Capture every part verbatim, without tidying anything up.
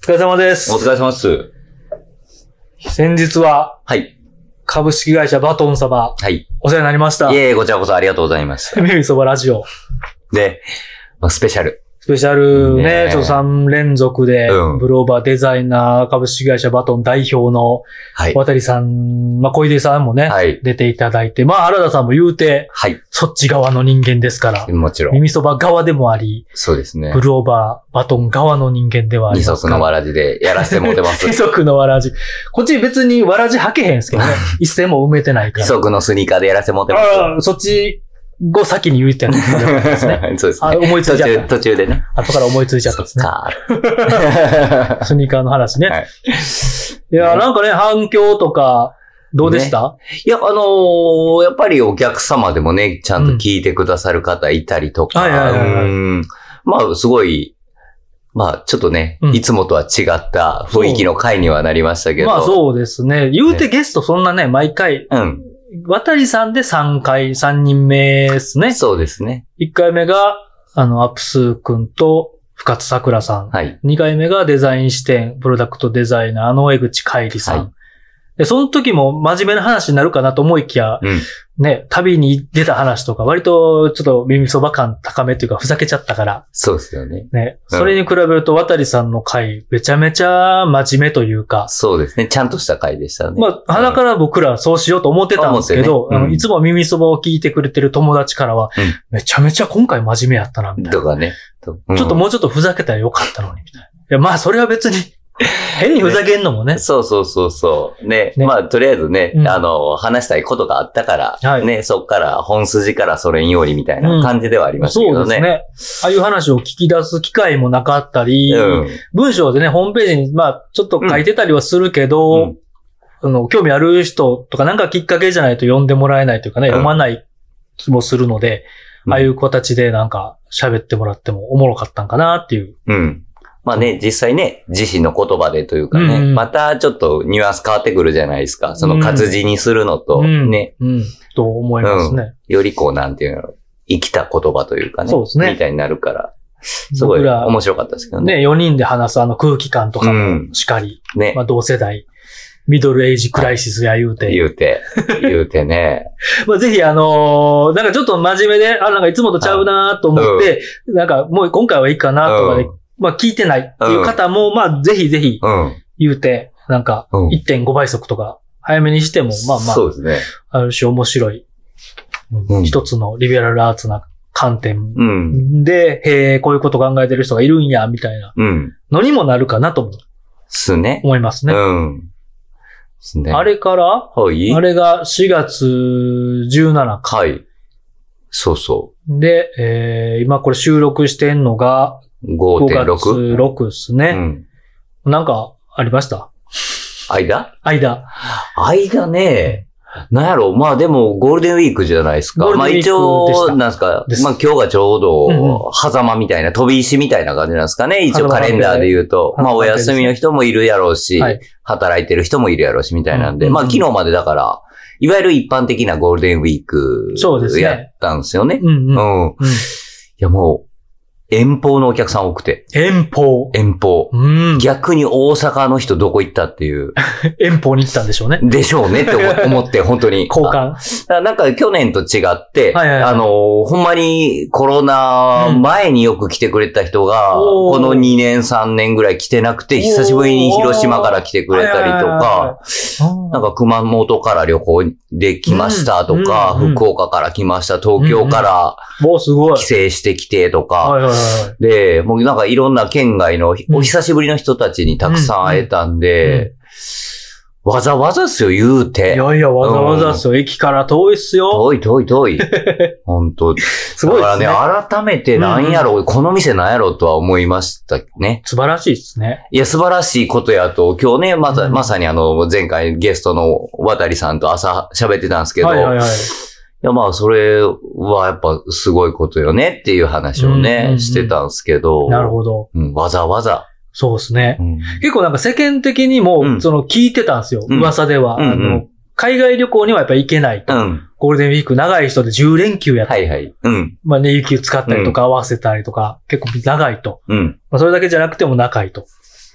疲れ様です。 お疲れ様です。 先日は、 はい。 株式会社バトン様。 はい。 お世話になりました。 いえいえ、こちらこそありがとうございました。 耳そばラジオ。 で、まあ、スペシャル。 スペシャルね、ちょっとさん連続で、うん、ブローバーデザイナー株式会社バトン代表の、はい。渡さん、まあ、小出さんもね、はい。出ていただいて、まあ、原田さんも言うて、はい。そっち側の人間ですから。 もちろん。 耳そば側でもあり、 そうですね。 ブローバー、バトン側の人間ではありますから。 二足のわらじでやらせてもらってます。 二足のわらじ。こっち別にわらじ履けへんすけどね。一銭も埋めてないから。 二足のスニーカーでやらせてもらってます。 ああ、そっち、を先に言ってやるんですね。 そうですね。 あ、思いついちゃった。 途中、途中でね。 後から思いついちゃったんですね。スニーカーの話ね。はい、いや、なんかね、反響とか、どうでした、 ね、いや、あのー、やっぱりお客様でもね、ちゃんと聞いてくださる方いたりとか、まあ、すごい、まあ、ちょっとね、うん、いつもとは違った雰囲気の回にはなりましたけど。 まあ、そうですね。言うてゲストそんなね、毎回、うん。渡さんでさんかい、さんにんめですね。 そうですね。 いっかいめが、あの、アップスー君と深津桜さん。はい。にかいめがデザイン視点、プロダクトデザイナーの江口海里さん。はい。で、その時も真面目な話になるかなと思いきや、うん、ね、旅に出た話とか、割とちょっと耳そば感高めっていうか、ふざけちゃったから。 そうですよね。 ね。それに比べると、渡さんの回、めちゃめちゃ真面目というか。 そうですね。ちゃんとした回でしたね。 まあ、鼻から僕らそうしようと思ってたんですけど、ね、うん、あのいつも耳そばを聞いてくれてる友達からは、うん、めちゃめちゃ今回真面目やったな、みたいな。 とかね、 うん。ちょっともうちょっとふざけたらよかったのに、みたいな。いや、まあ、それは別に。変にふざけんのもね。 ね、そうそうそうそう。ね。ね、まあ、とりあえずね、うん、あの、話したいことがあったから、はい、ね、そっから、本筋からそれによりみたいな感じではありましたけどね、うん。そうですね。 ああいう話を聞き出す機会もなかったり、うん、文章でね、ホームページに、まあ、ちょっと書いてたりはするけど、うん、あの、興味ある人とかなんかきっかけじゃないと読んでもらえないというかね、うん、読まない気もするので、ああいう形でなんか喋ってもらってもおもろかったんかなっていう。 うんまあね、実際ね、自身の言葉でというかね、うん、またちょっとニュアンス変わってくるじゃないですか。その活字にするのとね。 うん。うん、と思いますね、 うん。よりこう、なんていうの、生きた言葉というかね。 そうですね。 みたいになるから、すごい面白かったですけどね。 ね、よにんで話すあの空気感とかもしかり。うん、ね。まあ同世代。ミドルエイジクライシスや言うて。 言うて。言うてね。 まあぜひあのー、なんかちょっと真面目で、あ、なんかいつもとちゃうなと思って、うん、なんかもう今回はいいかなとかで、うんまあ聞いてないっていう方も、うん、まあぜひぜひ言うて、うん、なんか いってんごばい速とか早めにしても、まあまあ、そうですね。ある種面白い、うん、一つのリベラルアーツな観点で、うん、へえ、こういうこと考えてる人がいるんや、みたいなのにもなるかなともすね。 思いますね。うん。すね。あれから、はい、あれがしがつじゅうしちにち。 はい。そうそう。 で、えー、今これ収録してんのが、 ごてんろく? ごがつろくですね。うん。なんか、ありました間間。 間ね。なんやろまあでも、ゴールデンウィークじゃないですか。まあ一応、なんですか。まあ今日がちょうど、狭間みたいな、飛び石みたいな感じなんですかね。一応カレンダーで言うと。まあお休みの人もいるやろうし、はい、働いてる人もいるやろうし、みたいなんで。うん、まあ昨日までだから、いわゆる一般的なゴールデンウィーク。 そうですね。 やったんですよね。 うんうん。うん。いやもう、遠方のお客さん多くて。 遠方遠方。うん。逆に大阪の人どこ行ったっていう。 遠方に行ったんでしょうね。 でしょうねって思って、本当に。 交換。 なんか去年と違って、はいはいはい、あの、ほんまにコロナ前によく来てくれた人が、うん、このにねんさんねんぐらい来てなくて、久しぶりに広島から来てくれたりとか、なんか熊本から旅行で来ましたとか、うんうんうん、福岡から来ました、東京から帰省してきてとか、はいはいはいで、もうなんかいろんな県外のお久しぶりの人たちにたくさん会えたんで、うんうんうん、わざわざっすよ、言うて。 いやいや、わざわざっすよ。うん、駅から遠いっすよ。 遠い遠い遠い。本当すごいですね。だからね、改めてなんやろ、うんうん、この店なんやろとは思いましたね。 素晴らしいですね。 いや、素晴らしいことやと、今日ね、まさ、うん、まさにあの、前回ゲストの渡さんと朝喋ってたんですけど、はいはいはいいや、まあ、それはやっぱすごいことよねっていう話をね、うんうんうん、してたんですけど。 なるほど。 うん、わざわざ。 そうですね、うん。結構なんか世間的にも、うん、その聞いてたんですよ。うん、噂では、うんうん。あの、海外旅行にはやっぱ行けないと。うん、ゴールデンウィーク長い人でじゅうれんきゅうやった。 はいはい。うん。 まあ、ね、有給使ったりとか合わせたりとか、うん、結構長いと。うん。まあ、それだけじゃなくても長いと。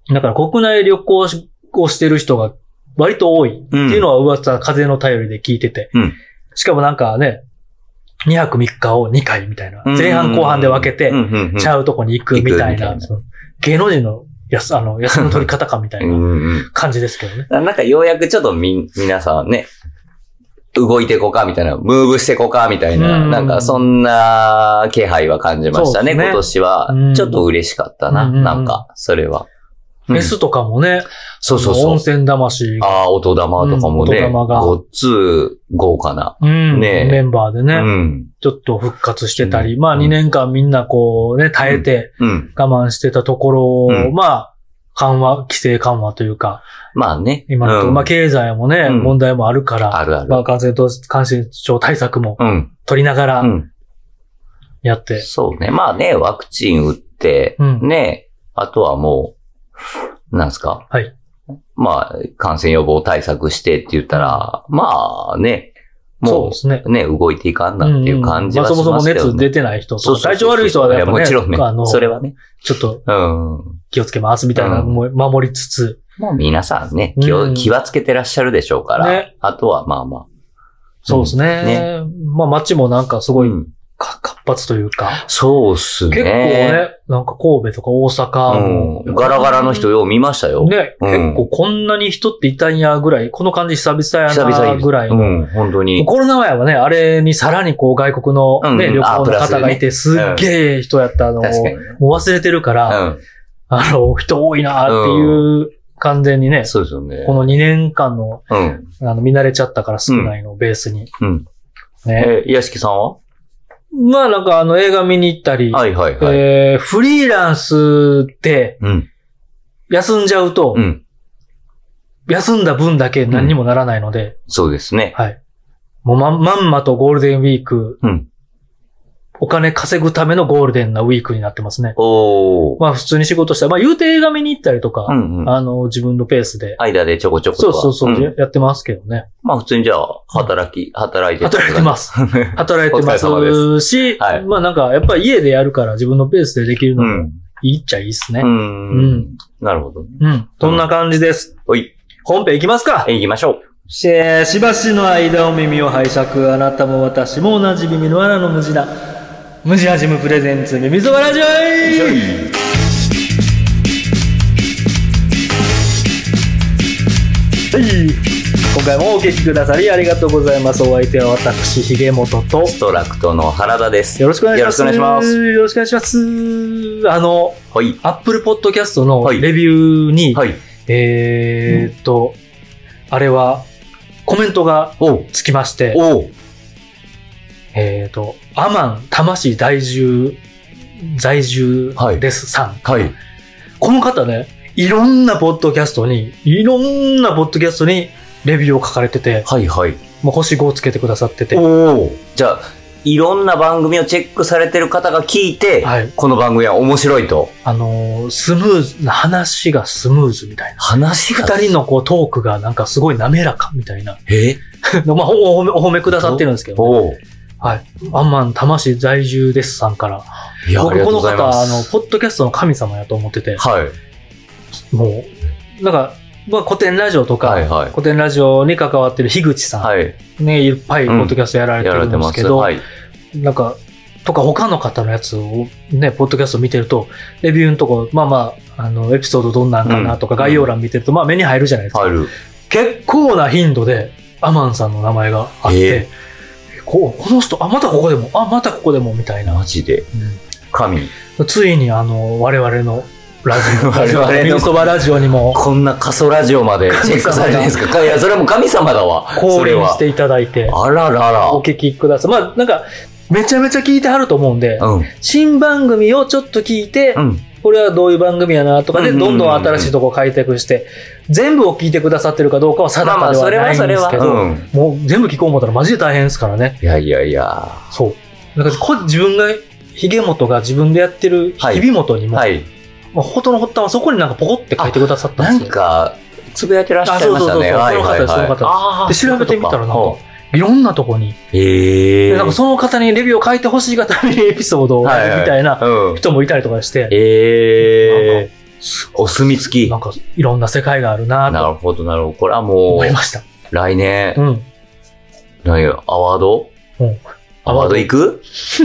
だから国内旅行をしてる人が割と多いっていうのは噂、風の便りで聞いてて。うん、しかもなんかね、にはくみっかをにかいみたいな。前半後半で分けて、ちゃうとこに行くみたいな。芸能人のやす、あの、休みの取り方かみたいな感じですけどね。 なんかようやくちょっとみ、皆さんね、動いていこうかみたいな、ムーブしていこうかみたいな、んなんかそんな気配は感じましたね、ね今年は。ちょっと嬉しかったな、なんか、それは。 フェスとかもね。 そうそうそう。 温泉魂。 ああ、音玉とかもね。音玉が。ごっつ豪華な。 うん。ねメンバーでね。うん。ちょっと復活してたり。まあにねんかんみんなこうね、耐えて、我慢してたところを、まあ、緩和、規制緩和というか。 まあね。 今のと、まあ経済もね、問題もあるから。 あるある。 まあ感染と、感染症対策も、取りながら、やって。 そうね。まあね、ワクチン打って、ね、あとはもう、なんですかはい。 まあ、感染予防対策してって言ったら、まあね、もうね、ね動いていかんなっていう感じはしますけど、ね。まあそもそも熱出てない人とか、体調悪い人はやっぱね、 もちろんね、あの、それはね、 ちょっと、気をつけますみたいな、守りつつ。 もう皆さんね、気を、気はつけてらっしゃるでしょうから、ね、あとはまあまあ。 そうですね。ねまあ街もなんかすごい、活発というか。 そうっすね。 結構ね、なんか神戸とか大阪も、 うん、ガラガラの人よう見ましたよ。 ね、うん、結構こんなに人っていたんやぐらい、この感じ久々やなぐらいの。 うん、本当に。 コロナ前はね、あれにさらにこう外国のね、うん、旅行の方がいて、すっげえ人やったのを、もう忘れてるから、うん、あの、人多いなっていう、完全にね、 そうですよね。 このにねんかんの、うん、あの、見慣れちゃったから少ないのをベースに。 うん。ね。えー、屋敷さんはまあなんかあの映画見に行ったり、 はいはいはい。 えー、フリーランスで、休んじゃうと、うん、休んだ分だけ何にもならないので、うん、 そうですね。 はい。もうま、まんまとゴールデンウィーク、うん、お金稼ぐためのゴールデンなウィークになってますね。 おまあ普通に仕事したら、まあ言うて映画見に行ったりとか、うんうん、あの自分のペースで。 間でちょこちょことそうそうそう、うん、やってますけどね。 まあ普通にじゃあ、働き、働いて働いてます。働いてますし、はい、まあなんかやっぱり家でやるから自分のペースでできるのもいいっちゃいいっすね。 うん。うん、なるほど、ね。 うん。そんな感じです。 はい。 本編行きますか。 行きましょう。 しえ、しばしの間を耳を拝借、あなたも私も同じ耳の穴の無地な。無地はじむプレゼンツ、耳そばラジオイはい。今回もお聞きくださりありがとうございます。お相手は私、ひげもとと、 ストラクトの原田です。 よろしくお願いします。 よろしくお願いします。 よろしくお願いします。あの、 はい。 アップルポッドキャストのレビューに、はい。えーっと、うん、あれは、コメントがつきまして、 おうえっ、ー、と、アマン魂在住、在住です、さん。 はい。 この方ね、いろんなポッドキャストに、いろんなポッドキャストにレビューを書かれてて、 はいはい。 もう星ごをつけてくださってて。 おじゃあ、いろんな番組をチェックされてる方が聞いて、はい、この番組は面白いと。 あのー、スムーズな、話がスムーズみたいな。 話が二人のこうトークがなんかすごい滑らかみたいな。 えまあお褒め、お褒めくださってるんですけど、ね。おはい。アンマン魂在住ですさんから。 いや、僕この方、あの、ポッドキャストの神様やと思ってて。 はい。 もう、なんか、まあ、古典ラジオとか、はいはい、古典ラジオに関わってる樋口さん、はい、ね、いっぱいポッドキャストやられてるんですけど、うんはい、なんか、とか他の方のやつをね、ポッドキャスト見てると、レビューのとこ、まあまあ、あの、エピソードどんなんかなとか、うん、概要欄見てると、まあ目に入るじゃないですか。 入る。 結構な頻度で、アマンさんの名前があって、えーこ, この人、あ、またここでも、あ、またここでも、みたいな。 マジで。うん、神。 ついに、あの、我々のラジオ、 我々の耳そばラジオにも。 こんな過疎ラジオまでチェックされてるんですかいや、それはもう神様だわ。 降臨していただいて。 あららら。 お聞きください。まあ、なんか、めちゃめちゃ聞いてはると思うんで、うん、新番組をちょっと聞いて、うん、これはどういう番組やなとかで、どんどん新しいとこ開拓して、全部を聞いてくださってるかどうかは定かではないんですけど、うん、もう全部聞こう思ったらマジで大変ですからね。 いやいやいや。 そう。なんかこ自分が、ひげもとが自分でやってるひびもとにも、はいはい、まあ、ほとの発端はそこになんかポコって書いてくださったんですよ。 なんか、つぶやいてらっしゃいましたね。 あ、そうそうそう。その方です、その方です。で、調べてみたらなんか、いろんなとこに。 へでなんかその方にレビューを書いてほしいがためにエピソードをやるみたいな人もいたりとかして。 へお墨付き。 なんか、いろんな世界があるなと。 なるほど、なるほど。これはもう、 思いました。 来年、 うん。 何や、アワードうん。アワード行く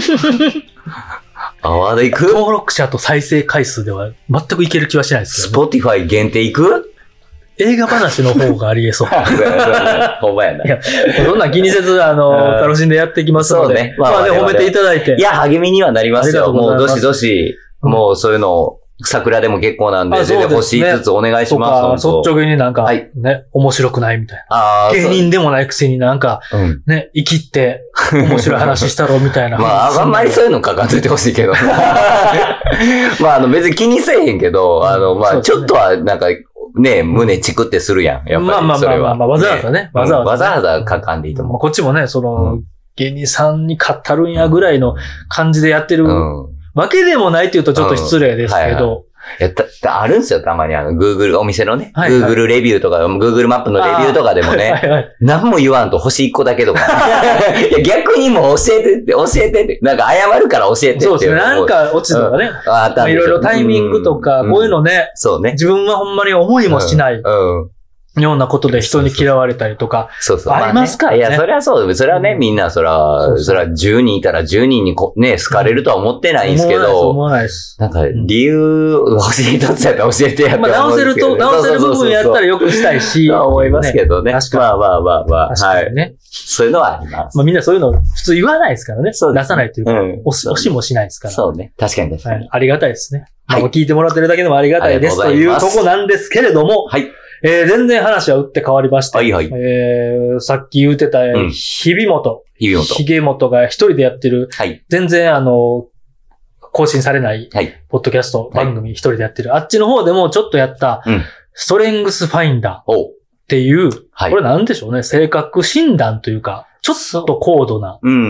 アワード行く登録者と再生回数では全くいける気はしないですけど、 ね。Spotify 限定行く映画話の方がありえそう。 ほんまやな。いや、 そんな気にせず、あの、楽しんでやっていきますので。そうね。まあ、まあね、褒めていただいて。 いや、励みにはなりますよ。もう、どしどし、もうそういうのを、桜でも結構なんで、全然星いつつお願いします。 率直になんか、ね、面白くないみたいな。芸人でもないくせになんか、ね、生きって面白い話したろみたいな。 まあ、あんまりそういうの書かんといてほしいけど。まあ、あの、別に気にせえへんけど、あの、まあ、ちょっとは、なんか、ね、胸チクってするやん。やっぱり。まあまあまあまあまあ、 わざわざね。 わざわざ。わざわざ書かんでいいと思う。 こっちもね、その、芸人さんに語るんやぐらいの感じでやってる。わけでもないって言うとちょっと失礼ですけど。 いや、た、あるんですよ、たまにあの、Google、お店のね、はいはい、Google レビューとか、Google マップのレビューとかでもね、はいはい、何も言わんと星いっこだけとか。いや、逆にも教えてって、教えてって、なんか謝るから教えてって。 そうですね、なんか落ちとかね。うん、あったんでしょ。いろいろタイミングとか、こういうのね、うん、 そうね。 自分はほんまに思いもしない。うんうんようなことで人に嫌われたりとか。 そうそう。 ありますからね。 いや、それはそう。それはね、みんな、それは、それはじゅうにんいたらじゅうにんにこね、好かれるとは思ってないんですけど。 思わないです。 なんか、理由、欲しい一つやったら教えてやって。 まあ、直せると、直せる部分やったらよくしたいし。 と思いますけどね。確かに。まあまあまあまあ。はい。ね。そういうのはあります。 まあみんなそういうの普通言わないですからね。そう。出さないというか、押しもしないですから。 そうね。確かに確かに。 ありがたいですね。はい。聞いてもらってるだけでもありがたいですというとこなんですけれども。はい。えー、全然話は打って変わりまして。はいはい。えー、さっき言ってた、日々本。日々本。ひげもとが一人でやってる。はい。全然あの、更新されない。はい。ポッドキャスト番組一人でやってる。あっちの方でもちょっとやった。うん。ストレングスファインダー。っていう。はい。これなんでしょうね。性格診断というか、ちょっと高度な。うんうん。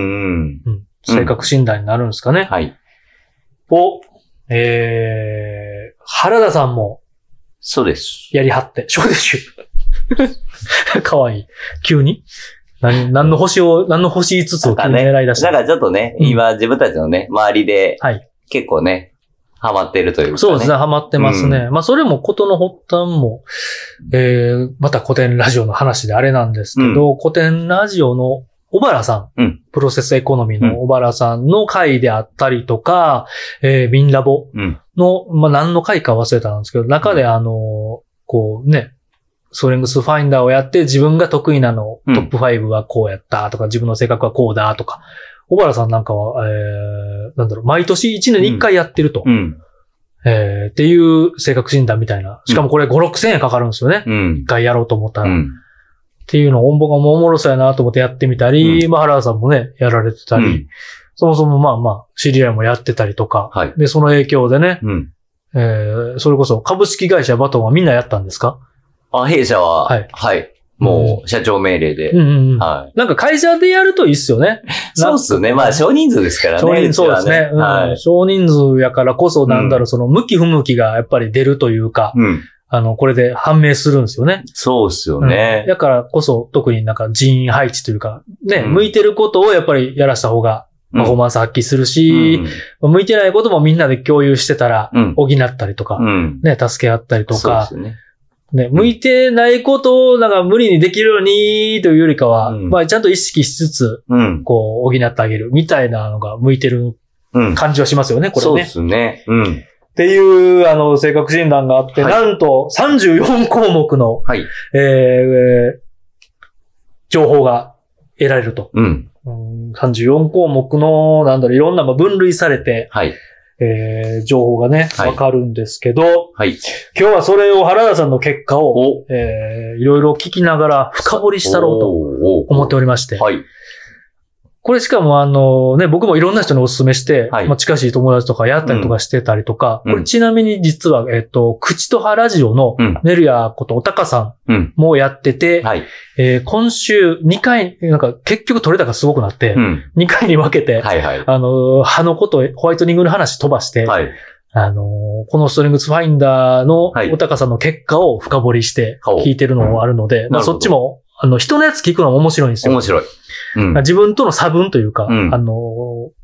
うん。性格診断になるんですかね。はい。を、えー、原田さんも。 そうです。 やりはって。そうですよ。かわいい。急に何、何の星を、何の星いつつを急に狙い出した。 だからちょっとね、うん、今自分たちのね、周りで、はい。結構ね、ハマってるというか、ね。 そうですね、ハマってますね。うん、まあそれもことの発端も、えー、また古典ラジオの話であれなんですけど、うん、古典ラジオの小原さん、うん、プロセスエコノミーの小原さんの回であったりとか、うん、えー、ミンラボの、うん、まあ、何の回か忘れたんですけど、中であの、こうね、ストレングスファインダーをやって自分が得意なの、トップファイブはこうやったとか、自分の性格はこうだとか、小原さんなんかは、えー、なんだろう、毎年いちねんにいっかいやってると。うん、えー、っていう性格診断みたいな。しかもこれご、ろくせんえんかかるんですよね。うん、いっかいやろうと思ったら。うんっていうのを、僕がもうおもろそうやなと思ってやってみたり、うん、まあ、原田さんもね、やられてたり、うん、そもそもまあまあ、知り合いもやってたりとか、はい、で、その影響でね、うん、えー、それこそ株式会社バトンはみんなやったんですか？ あ、弊社は、はい。はい。もう、社長命令で、うんうんうん。はい。なんか会社でやるといいっすよね。 そうっすね。まあ、少人数ですからね。 少人数、そうですね。うん、はい。少人数やからこそ、なんだろう、その、向き不向きがやっぱり出るというか、うんあの、これで判明するんですよね。 そうですよね。 うん、だからこそ、特になんか人員配置というか、ね、うん、向いてることをやっぱりやらした方が、パフォーマンス発揮するし、うん、向いてないこともみんなで共有してたら、補ったりとか、うん、ね、助け合ったりとか、そうですね。ね、向いてないことをなんか無理にできるようにというよりかは、うん、まあちゃんと意識しつつ、うん、こう、補ってあげるみたいなのが向いてる感じはしますよね、これね。 そうですね。うん。 っていう、あの、性格診断があって、はい、なんとさんじゅうよんこうもくの、はい、えー、情報が得られると。うん、さんじゅうよんこうもくの、なんだろう、いろんな分類されて、はい、えー、情報がね、わ、はい、かるんですけど、はい、今日はそれを原田さんの結果を、えー、いろいろ聞きながら深掘りしたろうと思っておりまして、はいこれしかもあのね、僕もいろんな人にお勧めして、はい、まあ近しい友達とかやったりとかしてたりとか、うん、これちなみに実は、えっと、口と葉ラジオのネルヤことおたかさんもやってて、うんはいえー、今週にかい、なんか結局取れ高すごくなって、うん、にかいに分けて、はいはい、あの、葉のこと、ホワイトニングの話飛ばして、はいあの、このストレングスファインダーのおたかさんの結果を深掘りして聞いてるのもあるので、はいまあそっちも、あの、人のやつ聞くのも面白いんですよ。 面白い。 うん、自分との差分というか、うん、あの、あ、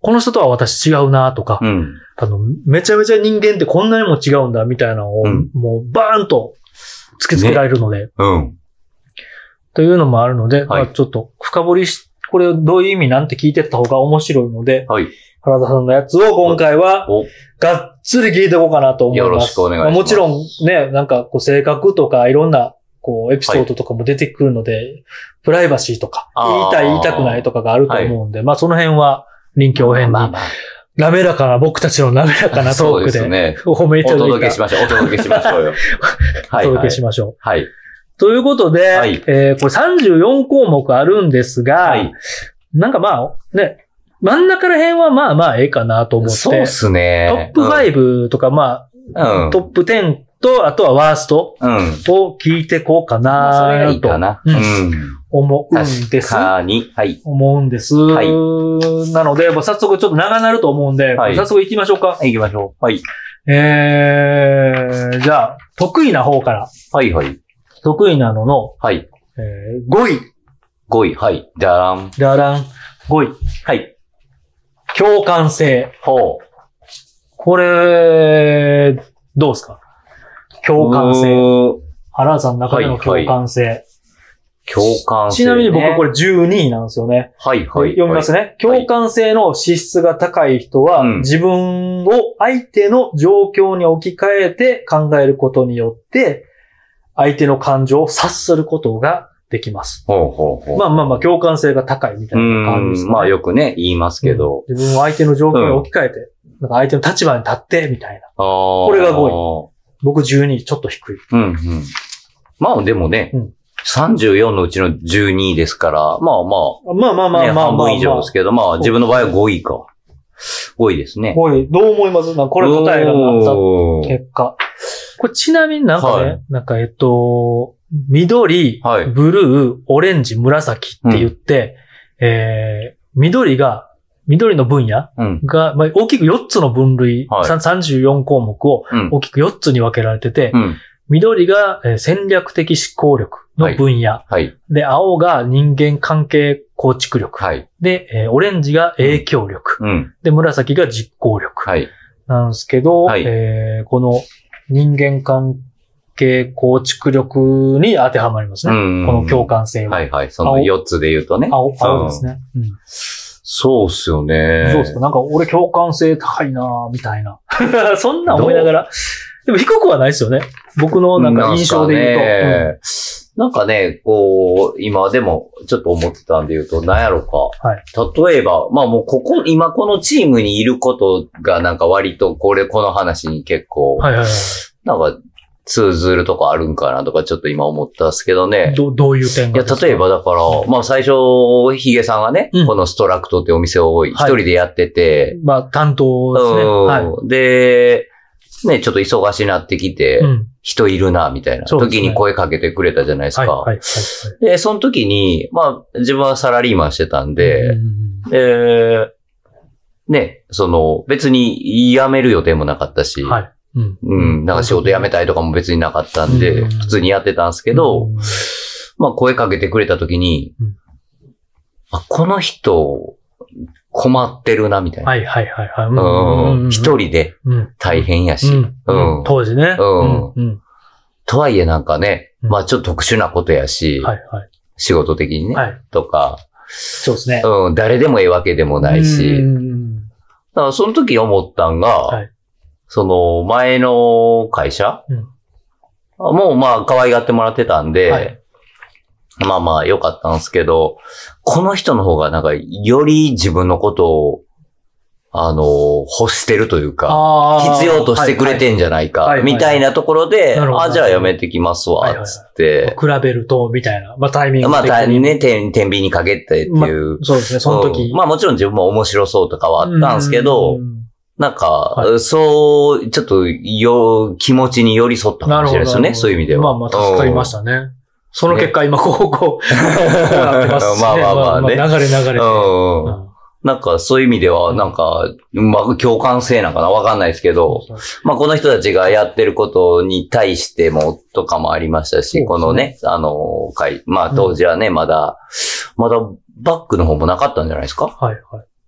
この人とは私違うなとか、うん、あの、めちゃめちゃ人間ってこんなにも違うんだみたいなのを、うん、もうバーンと突きつけられるので、ね、うん、というのもあるので、はい、まあ、ちょっと深掘りし、これをどういう意味なんて聞いてった方が面白いので、はい、原田さんのやつを今回は、がっつり聞いていこうかなと思います。よろしくお願いします。もちろんね、なんかこう性格とかいろんなこうエピソードとかも出てくるので、はい、プライバシーとか言いたい言いたくないとかがあると思うんで、まあその辺は臨機応変に、まあまあ、滑らかな僕たちの滑らかなトークで褒めいただいた。お届けしましょう。お届けしましょうよ。 お届けしましょう。 はい。 ということで、はい、えー、これさんじゅうよんこうもくあるんですが、はい、なんかまあね、真ん中ら辺はまあまあええかなと思って。 そうっすね。 トップごとかまあ、うん、トップじゅうと、あとはワーストを聞いてこうかなと、うん、それがいいかな、うん、思うんです。 確かに。はい。 思うんです。はい。なので、もう早速ちょっと長なると思うんで、はい、早速行きましょうか。 行きましょう。はい。 えー、じゃあ、得意な方から。 はいはい。 得意なのの、 はい。 えー、ごい。 ごい、はい。じゃらん。 じゃらん。ごい。 はい。 共感性。 ほう。 これ、どうですか？共感性。原田さんの中での共感性。はいはい、 共感性、ね。 ちなみに僕これじゅうにいなんですよね。 はいはい。 読みますね。はい、共感性の資質が高い人は、はい、自分を相手の状況に置き換えて考えることによって、相手の感情を察することができます。 ほうほうほう。 まあまあまあ、共感性が高いみたいな感じですね。 まあよくね、言いますけど。 うん、自分を相手の状況に置き換えて、うん、なんか相手の立場に立って、みたいな。これがごい。僕じゅうにちょっと低い。 うんうん。まあでもね、うん、さんじゅうよんのうちのじゅうにですから、まあまあ。 まあまあまあまあ、まあ。 半分以上ですけど、まあ自分の場合はごいか。ごいですね。 ごい。どう思いますか？これ答えがなった結果。これちなみになんかね、はい、なんかえっと、緑、はい、ブルー、オレンジ、紫って言って、うん、えー、緑が、緑の分野が、うん、まあ、大きくよっつの分類、はい、さんじゅうよんこうもくを大きくよっつに分けられてて、うん、緑が、えー、戦略的思考力の分野、はいはい、で、青が人間関係構築力、はい、で、えー、オレンジが影響力、うん、で、紫が実行力、はい、なんですけど、はい、えー、この人間関係構築力に当てはまりますね。うん、この共感性は。 はいはい。そのよっつで言うとね。 青、青ですね。うん、 そうっすよね。 そうっすか。なんか俺共感性高いなぁ、みたいな。そんな思いながら。でも低くはないですよね。僕のなんか印象で言うと。 なんかね、うん、なんかねこう、今でもちょっと思ってたんで言うと、なんやろか。はい、例えば、まあもうここ、今このチームにいることがなんか割とこれ、この話に結構、はいはいはい、なんか、通ずるとこあるんかなとかちょっと今思ったんですけどね。 ど、どういう点がですか？ いや、例えばだから、まあ最初、ヒゲさんがね、うん、このストラクトってお店を一人でやってて。 はい、まあ担当ですね。はい、 で、ね、ちょっと忙しになってきて、うん、人いるな、みたいな時に声かけてくれたじゃないですか。はいはいはいはい、で、その時に、まあ自分はサラリーマンしてたんで、うん、で、ね、その別に辞める予定もなかったし、はいうん。うん。なんか仕事辞めたいとかも別になかったんで、うん、普通にやってたんですけど、うん、まあ声かけてくれた時に、うん、あ、この人困ってるな、みたいな。 はいはいはいはい。 うん。一人で大変やし。うん。 うんうん、当時ね。 うん。うん、とはいえなんかね、まあちょっと特殊なことやし、はいはい、仕事的にね、はい、とか。 そうですね。 うん。誰でもええわけでもないし。うん、だからその時思ったんが、はいその前の会社、うん、もうまあ可愛がってもらってたんで、はい、まあまあ良かったんですけど、この人の方がなんかより自分のことをあの欲してるというか、必要としてくれてんじゃないか、みたいなところで、あ、じゃあやめてきますわ、つって。 比べると、みたいな。まあタイミングまあタイミングね、天秤にかけてっていう、まあ。 そうですね、その時、 うん。まあもちろん自分も面白そうとかはあったんですけど、なんか、はい、そう、ちょっと、よ、気持ちに寄り添ったかもしれないですよね、そういう意味では。 まあまあ、助かりましたね。うん、その結果、ね、今、こう、こう、こうなってますし、ね。まあまあまあね。まあ、流れ流れて、うんうん。 なんか、そういう意味では、なんか、まあ、共感性なんかなわかんないですけど、まあ、この人たちがやってることに対しても、とかもありましたし、ね、このね、あの、会、まあ、当時はね、うん、まだ、まだ、バックの方もなかったんじゃないですか？ はいはい。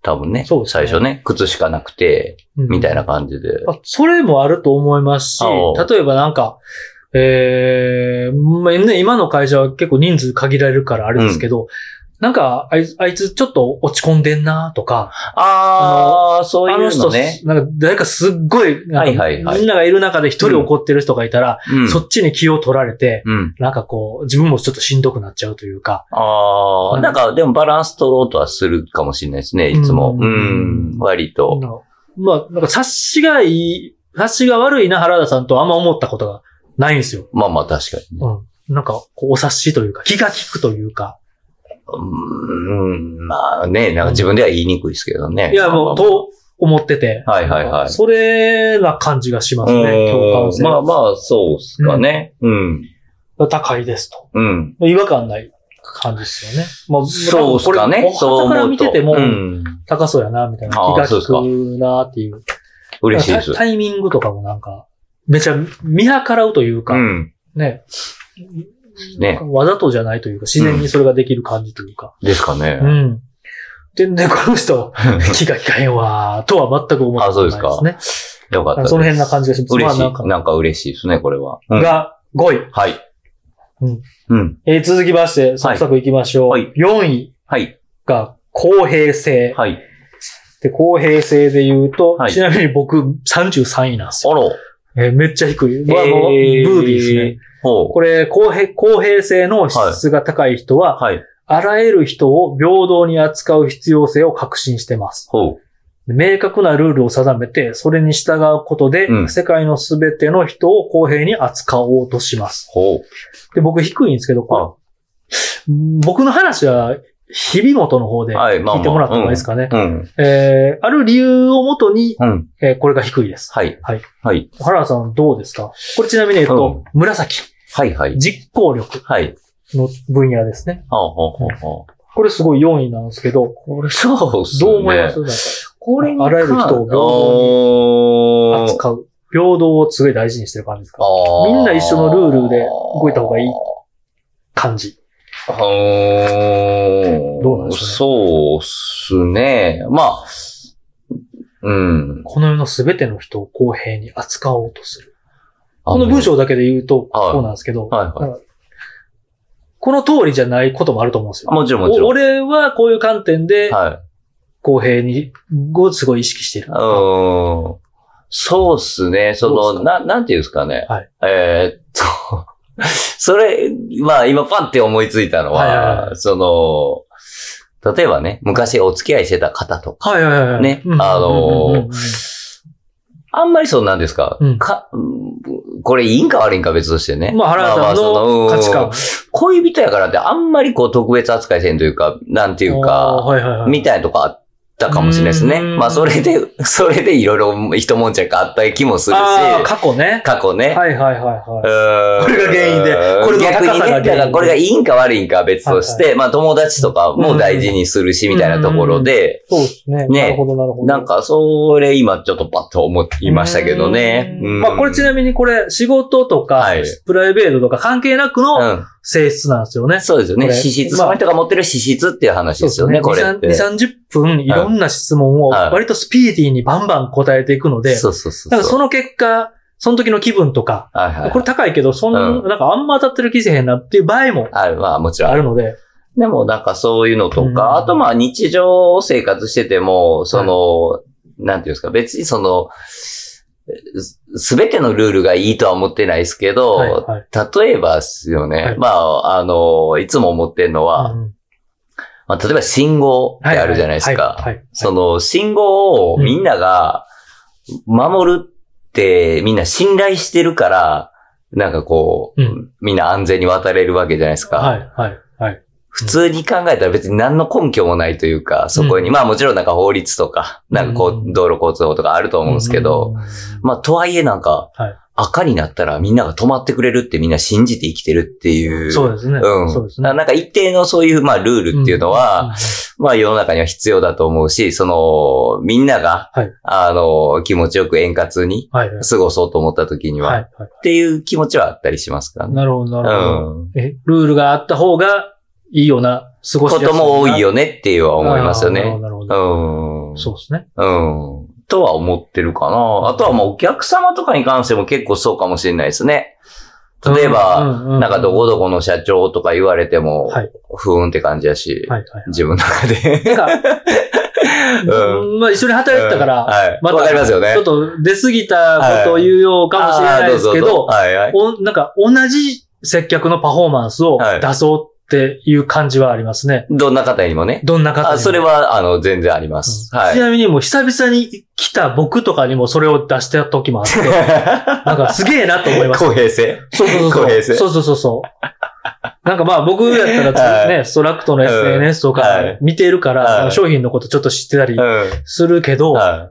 多分ね。 そうですね。 最初ね、靴しかなくて、うん、みたいな感じで。 それもあると思いますし、例えばなんか、えー、今の会社は結構人数限られるからあれですけど、うん、なんかあい、あいつちょっと落ち込んでんなとか。 ああ、そういうのね。あの人、なんか誰かすっごい、はいはいはい、みんながいる中で一人怒ってる人がいたら、うん、そっちに気を取られて、うん、なんかこう、自分もちょっとしんどくなっちゃうというか。 ああ、うん、なんかでもバランス取ろうとはするかもしれないですね、いつも。うん、うん、割と。 まあ、なんか察しがいい、察しが悪いな原田さんとあんま思ったことがないんですよ。 まあまあ確かに、ね。 うん。なんか、こう、お察しというか、気が利くというか。 うん、まあね、なんか自分では言いにくいですけどね。 いや、もう、と思ってて。 はいはいはい。 それな感じがしますね、共感性。 まあまあ、そうっすかね。うん。 高いですと。 うん。 違和感ない感じですよね。まあ、 そうっすかね。 そう。から見てても、高そうやな、みたいな気が利くなっていう。 嬉しいです。 タイミングとかもなんか、めちゃ見計らうというか、うん、ね。ね。わざとじゃないというか、自然にそれができる感じというか。 うん、ですかね。 うん。で、ね、この人、気が利かへんわ、とは全く思ってないですね。あ、そうですか。 よかったです。 その辺な感じがします。 嬉しい。 まあ、なんか、 なんか嬉しいですね、これは。 うん、が、ごい。 はい。 うん。うん。えー、続きまして、サクサクいきましょう。はい。よんい。はい。が、公平性。はい。で、公平性で言うと、はい、ちなみに僕さんじゅうさんいなんですよ。あら。えー、めっちゃ低い。まあ、もう、ブービーですね。これ、公平、公平性の質が高い人は、はい、あらゆる人を平等に扱う必要性を確信してます。明確なルールを定めて、それに従うことで、うん、世界のすべての人を公平に扱おうとします。で、僕低いんですけど、これ僕の話は、日々元の方で聞いてもらった方がいいですかね。えー、ある理由をもとに、うんえー、これが低いです。はい。はい。はい。原田さんどうですか？これちなみに言うと、うん、紫。はいはい。実行力。はい。の分野ですね。はあ、はあ、はあ。これすごいよんいなんですけど。これそうっすね。どう思います？なんかこれあらゆる人を平等に扱う。平等をすごい大事にしてる感じですか？みんな一緒のルールで動いた方がいい感じ。 あーどうなんでしょうね。そうっすね。まあ、うん。 この世のすべての人を公平に扱おうとする。この文章だけで言うと、こうなんですけど、はいはいはい、この通りじゃないこともあると思うんですよ。 もちろんもちろん。 俺はこういう観点で、公平に、をすごい意識してる。 うん。そうっすね。その、な、なんていうんですかね。はい、えー、っと、それ、まあ今パンって思いついたのは、はいはいはい、その、例えばね、昔お付き合いしてた方とか、はいはいはい、ね、うん、あの、うんうんうん、あんまりそうなんですか、うん、か、これいいんか悪いんか別としてね。 まあ原田さんの価値観。 恋人やからってあんまりこう特別扱いせんというか、なんていうか、はいはいはい、みたいなとこあって、たかもしれないですね。まあ、それで、それでいろいろ一悶着あった気もするし。ああ、過去ね。 過去ね。 はいはいはいはい。これが原因で。これの逆にね、だからこれがいいんか悪いんかは別として、はいはい、まあ友達とかも大事にするし、みたいなところで。 そうですね。ね。なるほどなるほど。 なんか、それ今ちょっとパッと思いましたけどね。 まあ、これちなみにこれ仕事とか、はい、プライベートとか関係なくの性質なんですよね。うん、 そうですよね。資質、その人が持ってる資質っていう話ですよね、これって。 に、さんじゅっぷんいろんな質問を割とスピーディーにバンバン答えていくので、そうそうそう。だからその結果、その時の気分とか、はいはい、これ高いけど、そんな、うん、なんかあんま当たってる気せへんなっていう場合も、ある、まあもちろん。あるので。でもなんかそういうのとか、うん、あとまあ日常生活してても、その、はい、なんていうんですか、別にその、すべてのルールがいいとは思ってないですけど、はいはい、例えばですよね、はい、まあ、あの、いつも思ってるのは、うんまあ、例えば信号ってあるじゃないですか。その信号をみんなが守るってみんな信頼してるから、なんかこう、うん、みんな安全に渡れるわけじゃないですか。はいはいはい、普通に考えたら別に何の根拠もないというか、そこに、うん、まあもちろんなんか法律とか、なんかこう、道路交通法とかあると思うんですけど、うん、まあとはいえなんか、はい赤になったらみんなが止まってくれるってみんな信じて生きてるっていう。 そうですね。うん。そうですね。 なんか一定のそういうまあルールっていうのは、うん、まあ世の中には必要だと思うし、その、みんなが、はい、あの、気持ちよく円滑に過ごそうと思った時には、はいはい、っていう気持ちはあったりしますからね。 なるほど、なるほど。うん、え、ルールがあった方がいいような、過ごしやすいことも多いよねっていうは思いますよね。なるほど、なるほど。うん。 ん。 そうですね。 うん。とは思ってるかな。あとはまあお客様とかに関しても結構そうかもしれないですね。例えば、なんかどこどこの社長とか言われても、はい、ふーんって感じやし、はいはいはい、自分の中で。なんか、 うん、まあ一緒に働いてたから、 はい、また、わかりますよね。 ちょっと出過ぎたことを言うようかもしれないですけど、はいはい、おなんか同じ接客のパフォーマンスを出そうっていう感じはありますね。 どんな方にもね。 どんな方にも。 あ、それは、あの、全然あります。 うんはい、ちなみにもう久々に来た僕とかにもそれを出した時もあって、なんかすげえなと思います。 公平性そうそうそう。公平性そうそうそうそう。なんかまあ僕やったらね、はい、ストラクトの エスエヌエス とか見てるから、はい、商品のことちょっと知ってたりするけど、はい、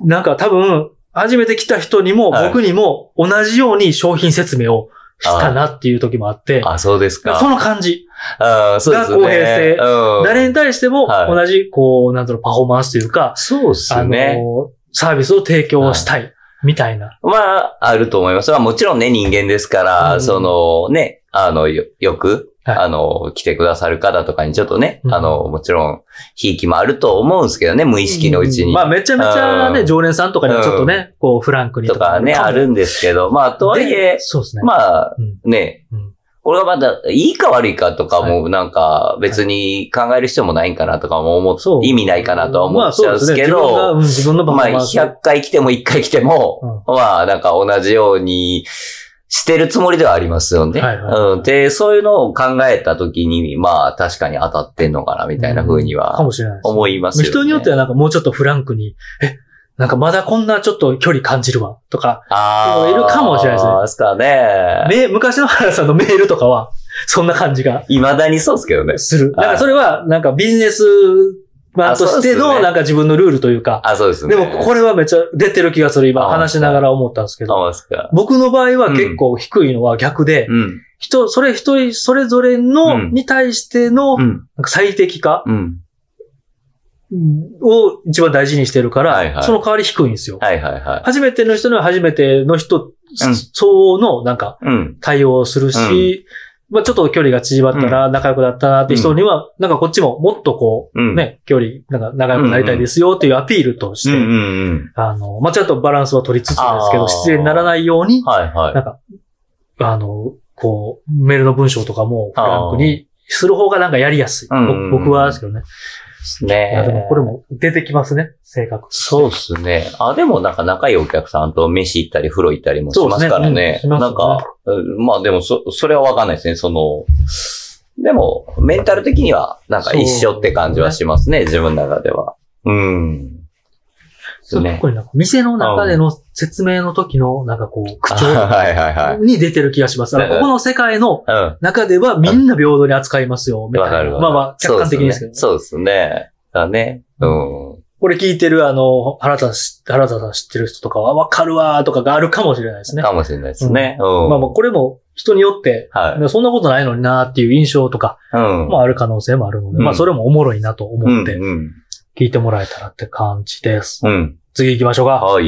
なんか多分初めて来た人にも僕にも同じように商品説明をしたなっていう時もあって、 あ, あ、そうですか。 その感じが公平性、うん。誰に対しても同じ、こう、なんだろう、パフォーマンスというか、 そうですね。 あの、サービスを提供したい、みたいな。 まあ、あると思います。まあもちろんね、人間ですから、うん、そのね、あの、よ、よく、はい、あの、来てくださる方とかにちょっとね、うん、あの、もちろん、ひいきもあると思うんですけどね、無意識のうちに。うん、 まあ、めちゃめちゃね、うん、常連さんとかにはちょっとね、うん、こう、フランクにとか。とかね、あるんですけど、まあ、とはいえ、 そうですね。 まあ、ね、うんこれはまだ、いいか悪いかとかも、なんか、別に考える必要もないんかなとかも思って、はい、意味ないかなとは思っちゃうんですけど、 まあ、自分のまあ、ひゃっかい来てもいっかい来ても、うん、まあ、なんか同じようにしてるつもりではありますよね。はいはいはいうん、で、そういうのを考えたときに、まあ、確かに当たってんのかな、みたいな風には、かもしれない思いますよね。 人によってはなんかもうちょっとフランクに、え、なんかまだこんなちょっと距離感じるわ、とか、いるかもしれないですね。 ああ、ですかね。 め、昔の原さんのメールとかは、そんな感じが。 未だにそうですけどね。 する。なんかそれは、なんかビジネスマンとしての、なんか自分のルールというか。 あ、そうですね。 でもこれはめっちゃ出てる気がする、今話しながら思ったんですけど。僕の場合は結構低いのは逆で、うん、人、それ一人、それぞれの、うん、に対しての、なんか最適化。うんを一番大事にしてるから、はいはい、その代わり低いんですよ。はいはいはい、初めての人には初めての人、相応のなんか対応をするし、うん、まあちょっと距離が縮まったら仲良くなったなって人には、なんかこっちももっとこう、ね、距離、なんか仲良くなりたいですよっていうアピールとして、あの、まあちょっとバランスは取りつつですけど、失礼にならないように、はいはい、なんか、あの、こう、メールの文章とかもフランクにする方がなんかやりやすい。僕はですけどね。ですね。いやでもこれも出てきますね、性格。 そうですね。あ、でもなんか仲いいお客さんと飯行ったり風呂行ったりもしますからね。ねうん、なんか、まあでもそ、それはわかんないですね。その、でも、メンタル的にはなんか一緒って感じはしますね、自分の中では。うん。 そうね。これなんか店の中での説明の時のなんかこう、口調に出てる気がします。ここの世界の中ではみんな平等に扱いますよ、みたいな。まあまあ、客観的ですけど、ね。 そうですね。だね。うん。 これ聞いてるあの、原田原田さん知ってる人とかはわかるわーとかがあるかもしれないですね。 かもしれないですね。 うん、まあまあ、これも人によって、はい、そんなことないのになーっていう印象とかもある可能性もあるので、うん、まあそれもおもろいなと思って、うんうん聞いてもらえたらって感じです。うん。次行きましょうか。はい。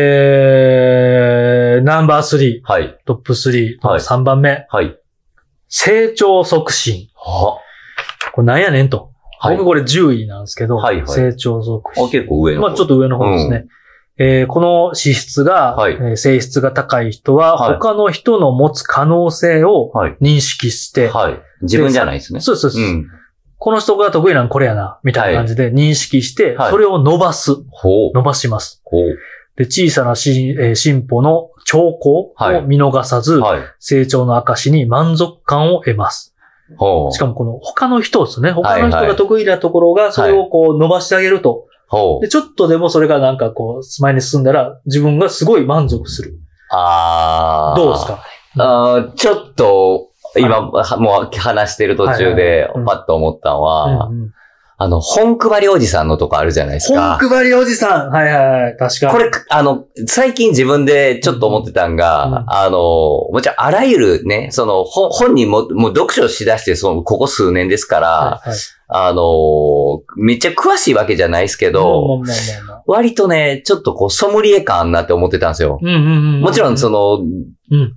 えー、ナンバースリー。はい。トップスリーのさんばんめ。はい。成長促進。はこれなんやねんと。はい、僕これじゅういなんですけど。はいはい。成長促進。 あ、結構上の方。 まあちょっと上の方ですね。うん、えー、この資質が、はい、えー、性質が高い人は、はい、他の人の持つ可能性を認識して。はい。はい、 自分じゃないですね。 そうそうそう。うんこの人が得意なのこれやな、みたいな感じで認識して、はい、それを伸ばす。はい、伸ばします。で小さなし、えー、進歩の兆候を見逃さず、はい、成長の証に満足感を得ます。はい、しかもこの他の人ですね。他の人が得意なところが、それをこう伸ばしてあげると。はい、でちょっとでもそれがなんかこう、前に進んだら、自分がすごい満足する。あどうですか、 あちょっと、今、はい、もう話してる途中で、パッと思ったのは、あの、本配りおじさんのとこあるじゃないですか。 本配りおじさんはいはいはい、確かに。 これ、あの、最近自分でちょっと思ってたんが、うん、あの、もちろんあらゆるね、その、本、本人も、もう読書しだして、その、ここ数年ですから、はいはい、あの、めっちゃ詳しいわけじゃないですけど、割とね、ちょっとこう、ソムリエ感なって思ってたんですよ。もちろん、その、うん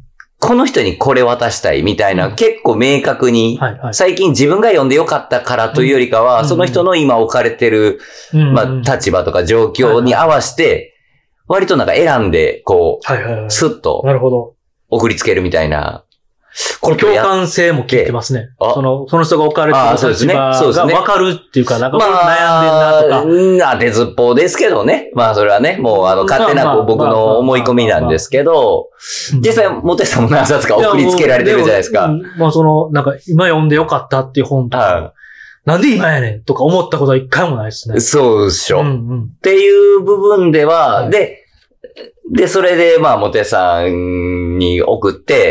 この人にこれ渡したいみたいな、うん、結構明確に、はいはい、最近自分が読んでよかったからというよりかは、うん、その人の今置かれてる、うん、まあ、立場とか状況に合わせて、割となんか選んで、こう、はいはいはい、スッと、なるほど。送りつけるみたいな。 これ共感性も聞いてますね。その、その人が置かれてる立場が分かるっていうか、なんか悩んでんなとか。 まあ、当てずっぽうですけどね。まあ、それはね、もう、あの、勝手な僕の思い込みなんですけど、実際、モテさんも何冊か送りつけられてるじゃないですか。 まあ、その、なんか、今読んでよかったっていう本とか、なんで今やねんとか思ったことは一回もないですね。 そうでしょ。うんうん、っていう部分では、はい、で、で、それで、まあ、モテさんに送って、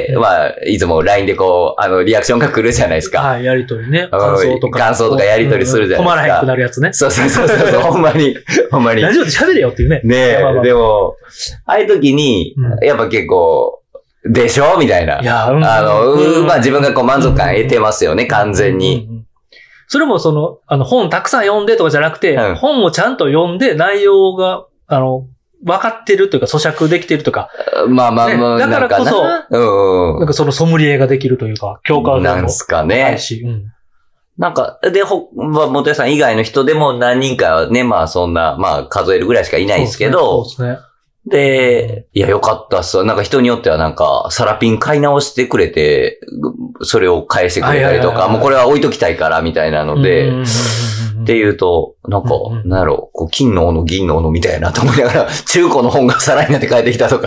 うん、まあ、いつも ライン でこう、あの、リアクションが来るじゃないですか。 はい、やりとりね。感想とか。 感想とかやりとりするじゃないですか。 止まらへんくなるやつね。 そうそうそうそう、ほんまに、ほんまに。 ラジオで喋れよっていうね。 ねえ、まあまあ、でも、ああいう時に、うん、やっぱ結構、でしょみたいな。いや、うん、あの、うん、まあ自分がこう満足感得てますよね、うん、完全に。うんうん、 それもその、あの、本たくさん読んでとかじゃなくて、うん、本をちゃんと読んで内容が、あの、分かってるというか、咀嚼できてるとか。 まあまあまあ、 ね、だからこそ、なうん、なんかそのソムリエができるというか、共感性もなんすかね。うん、なんか、で、ほ、まあ、元谷さん以外の人でも何人かね、まあそんな、まあ数えるぐらいしかいないですけど、そうですね。で、いや、よかったっす。なんか人によってはなんか、サラピン買い直してくれて、それを返してくれたりとか、もうこれは置いときたいから、みたいなので、っていうと、なんか、なんやろう、こう金の斧、銀の斧みたいなと思いながら、中古の本が皿になって帰ってきたとか。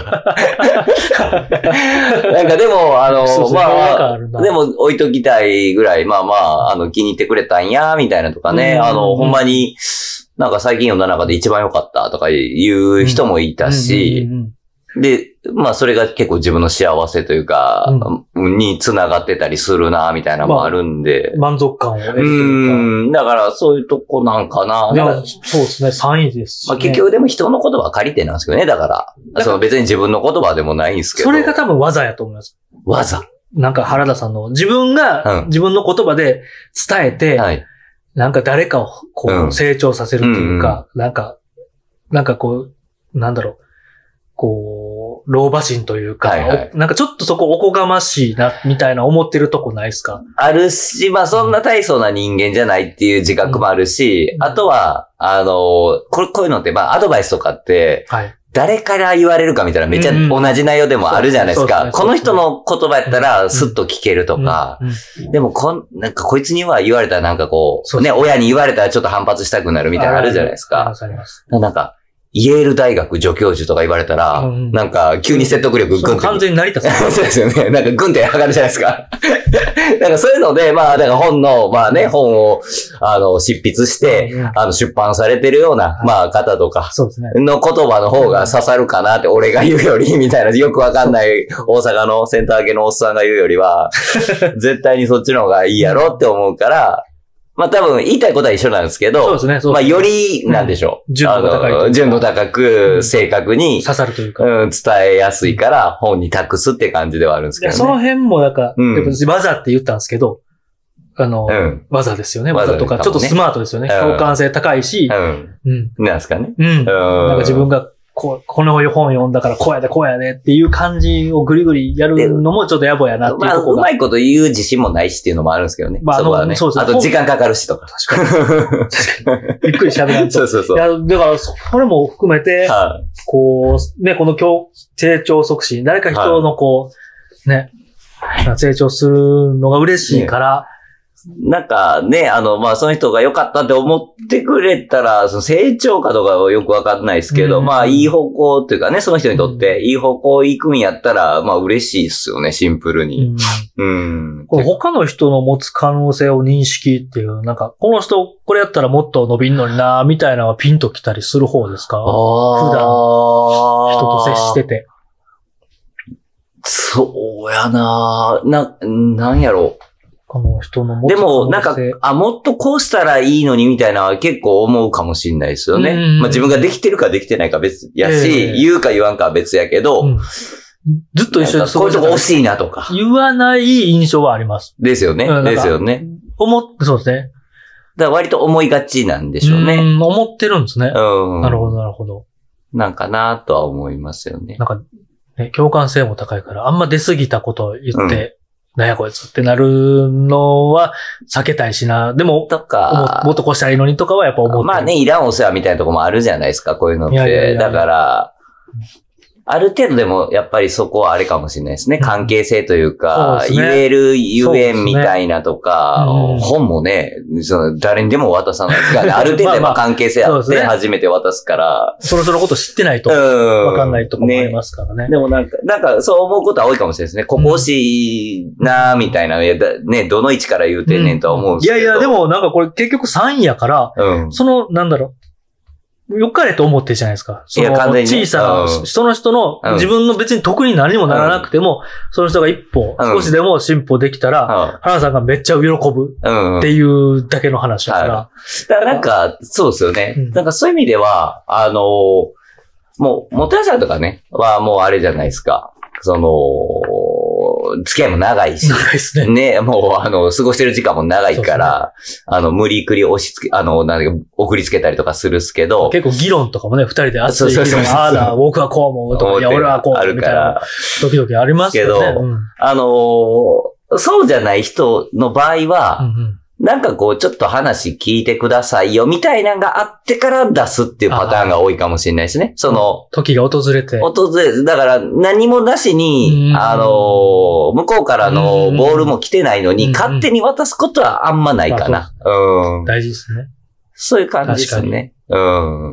なんかでも、あの、そうそうまあ、あでも置いときたいぐらい、まあまあ、あの、気に入ってくれたんや、みたいなとかね、あの、ほんまに、なんか最近読んだ中で一番良かったとかいう人もいたし、で、まあそれが結構自分の幸せというか、うん、に繋がってたりするな、みたいなのもあるんで。 まあ、満足感を得るというか。 うん。だからそういうとこなんかな。 いや、そうですね。さんいですし、ね。 まあ結局でも人の言葉借りてなんですけどね。だから、からその別に自分の言葉でもないんですけど。 それが多分技やと思います。 技なんか原田さんの自分が自分の言葉で伝えて、うんはいなんか誰かをこう成長させるというか、うん、なんか、なんかこう、なんだろう、こう、老婆心というか、はいはい、なんかちょっとそこおこがましいな、みたいな思ってるとこないですか？ あるし、まあそんな大層な人間じゃないっていう自覚もあるし、うん、あとは、あの、これ、こういうのってまあアドバイスとかって、はい誰から言われるかみたいなめっちゃ同じ内容でもあるじゃないですか。うん、この人の言葉やったらスッと聞けるとか、うんうん、でもこん、なんかこいつには言われたらなんかこう、ね、親に言われたらちょっと反発したくなるみたいなのあるじゃないですか。なんか、イェール大学助教授とか言われたら、うん、なんか急に説得力グンって。 完全に成り立つ。 そうですよね。なんかグンって上がるじゃないですか。なんかそういうので、まあ、だから本の、まあね、本を、あの、執筆して、うん、あの、出版されてるような、はい、まあ、方とか、そうですね。の言葉の方が刺さるかなって、俺が言うより、みたいな、よくわかんない大阪のセンター系のおっさんが言うよりは、絶対にそっちの方がいいやろって思うから、まあ多分言いたいことは一緒なんですけど、そうですね。そうですねまあより、なんでしょう。うん、純度高い。純度高く、正確に、 刺さるというか、 うん。伝えやすいから本に託すって感じではあるんですけどね。 その辺もなんか、うん、やっぱ技って言ったんですけど、あの、うん、技ですよね。技とか、ちょっとスマートですよね。共感性高いし、うん。うん。 なんですかね。 うん。なんか自分が、ここの本読んだからこうやでこうやでっていう感じをぐりぐりやるのもちょっと野暮やなっていうところが。 まあ、うまいこと言う自信もないしっていうのもあるんですけどね。まあ、そこはね。そうですね。あと時間かかるしとか。 確かに。確かに。ゆっくり喋らんと。そうそうそう。いや、だから、それも含めて、はあ、こう、ね、この今日、成長促進、誰か人のこう、はあ、ね、成長するのが嬉しいから、ねなんかね、あの、まあ、その人が良かったって思ってくれたら、その成長かどうかはよくわかんないですけど、うん、まあ、いい方向というかね、その人にとっていい方向行くんやったら、まあ、嬉しいですよね、シンプルに。うん。 うん、これ他の人の持つ可能性を認識っていう、なんか、この人、これやったらもっと伸びんのにな、みたいなのはピンときたりする方ですか？普段、人と接してて。 そうやなな、なんやろう。 この人の持つでも、なんか、あ、もっとこうしたらいいのにみたいなのは結構思うかもしれないですよね。まあ自分ができてるかできてないか別やし、えー、言うか言わんかは別やけど、うん、 ずっと一緒にこういうとこ惜しいなとか。 言わない印象はあります。 ですよね。うん、ですよね。 思って、そうですね。 だから割と思いがちなんでしょうね。 うん、思ってるんですね。うん。なるほど、なるほど。 なんかなとは思いますよね。 なんか、 ね、共感性も高いから、あんま出過ぎたことを言って、うん、なんやこいつってなるのは避けたいしな。でも、とかもっとこうしたらいいのにとかはやっぱ思ってる。 まあね、いらんお世話みたいなとこもあるじゃないですか、こういうのって。いやいやいやいやだから、ある程度でもやっぱりそこはあれかもしれないですね。関係性というか、うん、言える言えんみたいなとか、ねうん、本もね、その誰にでも渡さないですからね。ある程度やっぱ関係性あって初めて渡すから。まあまあそろそろこと知ってないとわかんないとこもありますからね。 ねでもなんか、なんかそう思うことは多いかもしれないですね。ここ惜しいなーみたいな、ね、どの位置から言うてんねんとは思うんですけど。 いやいや、でもなんかこれ結局さんいやから、うん、その、なんだろう。良かれと思ってるじゃないですか。その小さな、うん、その人の、うん、自分の別に得に何にもならなくても、うん、その人が一歩、うん、少しでも進歩できたら、うん、原さんがめっちゃ喜ぶっていうだけの話だから。うんうん、 だからなんか、そうですよね。うん、なんかそういう意味では、あの、もう、元谷さんとかね、はもうあれじゃないですか。その、付き合いも長いし。 長いですね。 ね、もう、あの、過ごしてる時間も長いから、あの、無理くり押し付け、あの、なんか、送りつけたりとかするっすけど。 結構議論とかもね、二人で熱い議論、ああだ、僕はこう思うとか、いや、俺はこう、みたいな、時々ありますけど、ね、うん、 あのー、そうじゃない人の場合は、うんうんなんかこう、ちょっと話聞いてくださいよ、みたいなのがあってから出すっていうパターンが多いかもしれないですね。その、 時が訪れて。 訪れて、だから何もなしに、あの、向こうからのボールも来てないのに、勝手に渡すことはあんまないかな。うん。 大事ですね。 そういう感じですね。うん。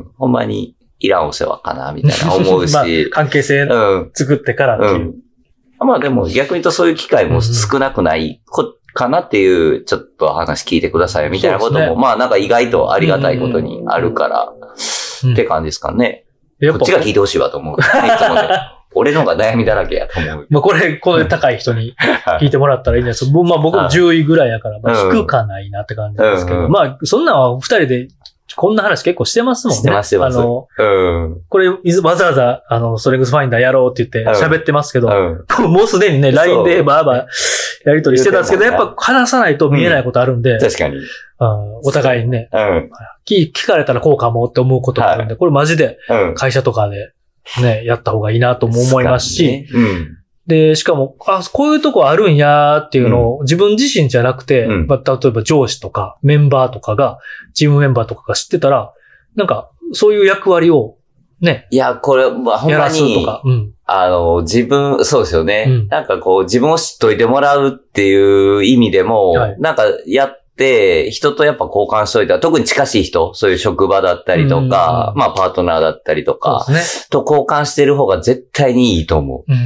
ほんまに、いらんお世話かな、みたいな思うし。まあ、 関係性作ってからっていう。うんうん、まあでも逆に言うとそういう機会も少なくないこかなっていう、ちょっと話聞いてくださいみたいなことも、ね、まあなんか意外とありがたいことにあるから、うん、って感じですかね。こっちが聞いてほしいわと思う。いつもね。俺の方が悩みだらけやと思う。 まあこれ、この高い人に聞いてもらったらいいんですけど、まあ僕もじゅういぐらいやから、まあ低かないなって感じですけど、うん、まあそんなんは二人でこんな話結構してますもんね。 してます、してます。 あの、うん、これ、わざわざ、あの、ストレングスファインダーやろうって言って喋ってますけど、うん、もうすでにね、ライン でバーバーやりとりしてたんですけど、やっぱ話さないと見えないことあるんで、うん、 確かに。 お互いにね、うん、聞, 聞かれたらこうかもって思うことがあるんで、はい、これマジで会社とかでね、やった方がいいなとも思いますし、ねうん、で、しかも、あ、こういうとこあるんやーっていうのを、自分自身じゃなくて、うんまあ、例えば上司とかメンバーとかが、チームメンバーとかが知ってたら、なんか、そういう役割を、ね。 いや、これ、まあ、ほんまに、とかうん、あの、自分、そうですよね、うん。なんかこう、自分を知っといてもらうっていう意味でも、はい、なんか、やって、人とやっぱ交換しといたら、特に近しい人、そういう職場だったりとか、まあ、パートナーだったりとか、ね、と交換してる方が絶対にいいと思う。うん。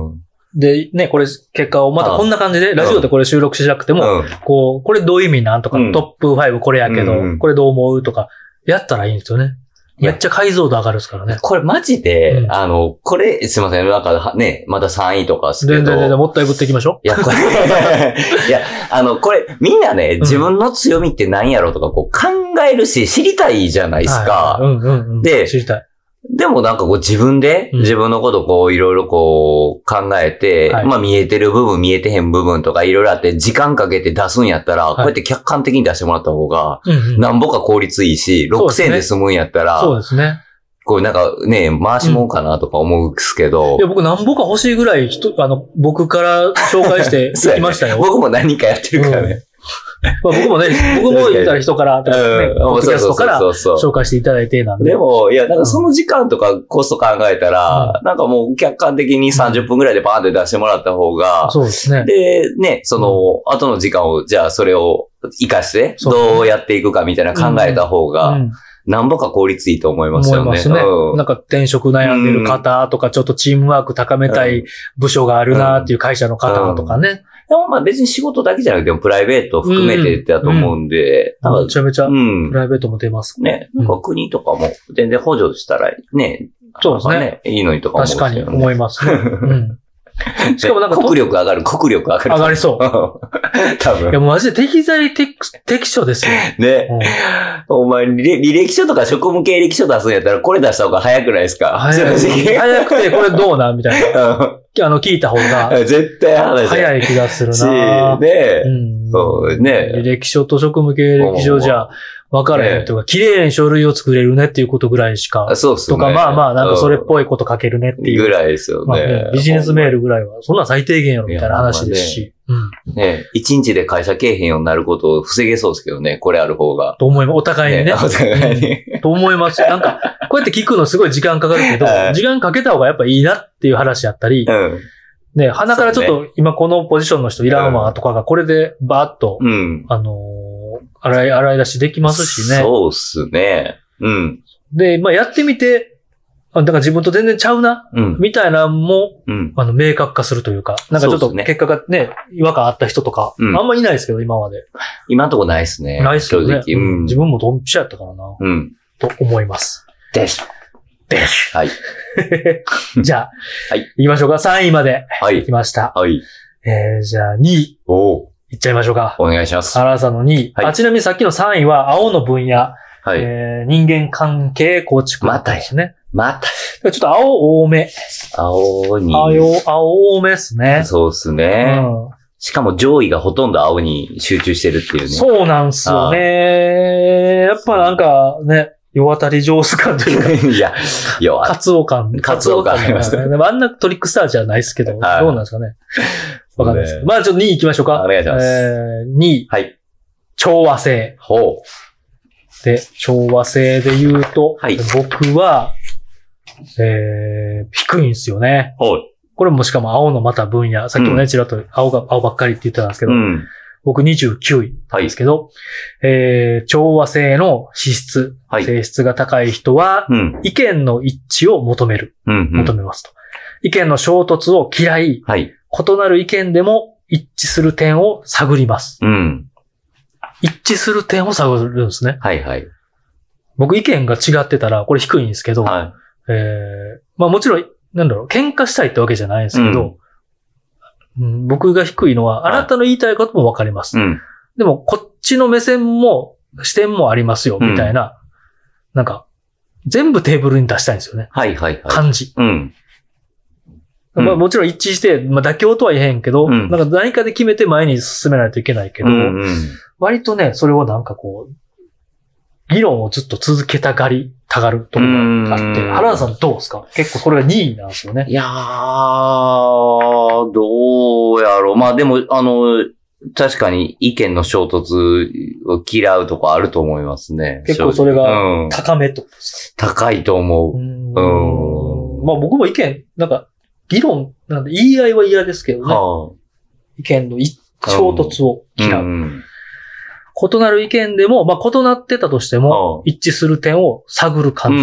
うんで、ね、これ、結果をまたこんな感じで、ラジオでこれ収録しなくても、うん、こう、これどういう意味なんとか、うん、トップファイブこれやけど、うん、これどう思うとか、やったらいいんですよね。めっちゃ解像度上がるですからね。 これマジで、うん、あの、これ、すいません、なんかね、まださんいとかすけど。 全然全然もったいぶっていきましょう。 いや、これ、いや、あの、これ、みんなね、自分の強みって何やろうとか、こう考えるし、知りたいじゃないですか。 はい、うんうんうん。 で、 知りたい。 でもなんかこう自分で自分のことこういろいろこう考えて、うん、まあ見えてる部分見えてへん部分とかいろいろあって時間かけて出すんやったら、はい、こうやって客観的に出してもらった方が、なんぼか効率いいし、ろくせんえんで済むんやったら、 そうですね。 こうなんかね、回しもんかなとか思うんですけど。 うん、いや僕なんぼか欲しいぐらい人、あの、僕から紹介してきましたよ。 ね、僕も何かやってるからね。うんまあ僕もね、僕も言ったら人から、ね、ポッドキャストから紹介していただいてなんで。 でも、いや、なんかその時間とかコスト考えたら、うん、なんかもう客観的にさんじゅっぷんぐらいでバーンって出してもらった方が、 そうですね。 で、ね、その、後の時間を、じゃあそれを活かして、どうやっていくかみたいな考えた方が、うんうんなんぼか効率いいと思いますよね。 思いますね。うん、なんか転職悩んでる方とか、ちょっとチームワーク高めたい部署があるなっていう会社の方とかね。うんうんでもまあ別に仕事だけじゃなくてもプライベート含めてってだと思うんで。 うんうん、めちゃめちゃプライベートも出ます、 ね。なんか国とかも全然補助したらね。 そうですね。 ねいいのにとか思うんですよね。 確かに思いますね。うんしかもなんか国力上がる、国力上がる。 上がりそう。 多分。 いや、マジで適材適所ですよ。 ね。うん、お前履、履歴書とか職務経歴書出すんやったらこれ出した方が早くないですか早い。早くてこれどうなんみたいな。あの、聞いた方が。 絶対早い気がするな。 ね、うん、そうね。 履歴書と職務経歴書じゃ、 分からへんとか、綺麗に書類を作れるねっていうことぐらいしか。 そうっすね。 とか、まあまあ、なんかそれっぽいこと書けるねっていう。 ぐらいですよね。まあね、 ビジネスメールぐらいは、そんな最低限やろみたいな話ですし。 うん。ね一日で会社経営へんようになることを防げそうですけどね、これある方が。 と思います。お互いにね。 お互いに、 うん。と思います。なんか、こうやって聞くのすごい時間かかるけど、時間かけた方がやっぱいいなっていう話やったり、うん、ね、鼻からちょっと今このポジションの人いらんわとかがこれでバーっと、うん、あのー、洗い、洗い出しできますしね。 そうっすね。うん。 で、まあやってみて、だから自分と全然ちゃうな、うん、みたいなのも、うん、あの、明確化するというか、なんかちょっと結果がね、違和感あった人とか、うん、あんまいないですけど、今まで。 今のとこないですね。 ないですよね。正直、うん。自分もドンピシャやったからな。うん。と思います。 です。 です。 はい。 じゃあ、はい。行きましょうか。さんいまで。はい。来ました。 はい。 えー、じゃあにい。 お行っちゃいましょうか。 お願いします。 原田さんのにい。はい、あちなみにさっきのさんいは青の分野。はい。えー、人間関係構築ですね。 また。 ちょっと青多め。 青に。 青、青多めですね。 そうですね。うん。しかも上位がほとんど青に集中してるっていうね。 そうなんすよね。やっぱなんかね、世渡り上手感というか。 いや、 弱カツオ感。 カツオ感ありますね。 あんなトリックスターじゃないですけど、どうなんですかね。わかんないです。まあちょっとにい行きましょうか。 お願いします。 えー、にい。はい。調和性。 ほう。 で、調和性で言うと、はい、僕は、えー、低いんですよね。はい。これもしかも青のまた分野。さっきもね、ちらっと青が、青ばっかりって言ってたんですけど、うん、僕にじゅうきゅういなんですけど、はい、えー、調和性の資質、はい、性質が高い人は、うん、意見の一致を求める。うんうん、求めますと。意見の衝突を嫌い、はい、異なる意見でも一致する点を探ります。うん、一致する点を探るんですね。はいはい。僕意見が違ってたら、これ低いんですけど、はい、えー、まあもちろん、なんだろう、喧嘩したいってわけじゃないんですけど、うん、僕が低いのは、あなたの言いたいこともわかります。はい、うん、でも、こっちの目線も、視点もありますよ、みたいな、うん、なんか、全部テーブルに出したいんですよね。はいはいはい。感じ。うん。まあもちろん一致して、まあ妥協とは言えへんけど、うん、なんか何かで決めて前に進めないといけないけど、うんうん、割とね、それをなんかこう、議論をずっと続けたがり、たがるところがあって、原田さんどうですか？結構これがにいなんですよね。 いやー、どうやろう。まあでも、あの、確かに意見の衝突を嫌うとこあると思いますね。 結構それが高めと、うん。 高いと思う。うーん。まあ僕も意見、なんか、議論、なんで言い合いは嫌ですけどね。はあ、意見の衝突を嫌う。うんうん異なる意見でも、まあ、異なってたとしても、一致する点を探る感じ。うん、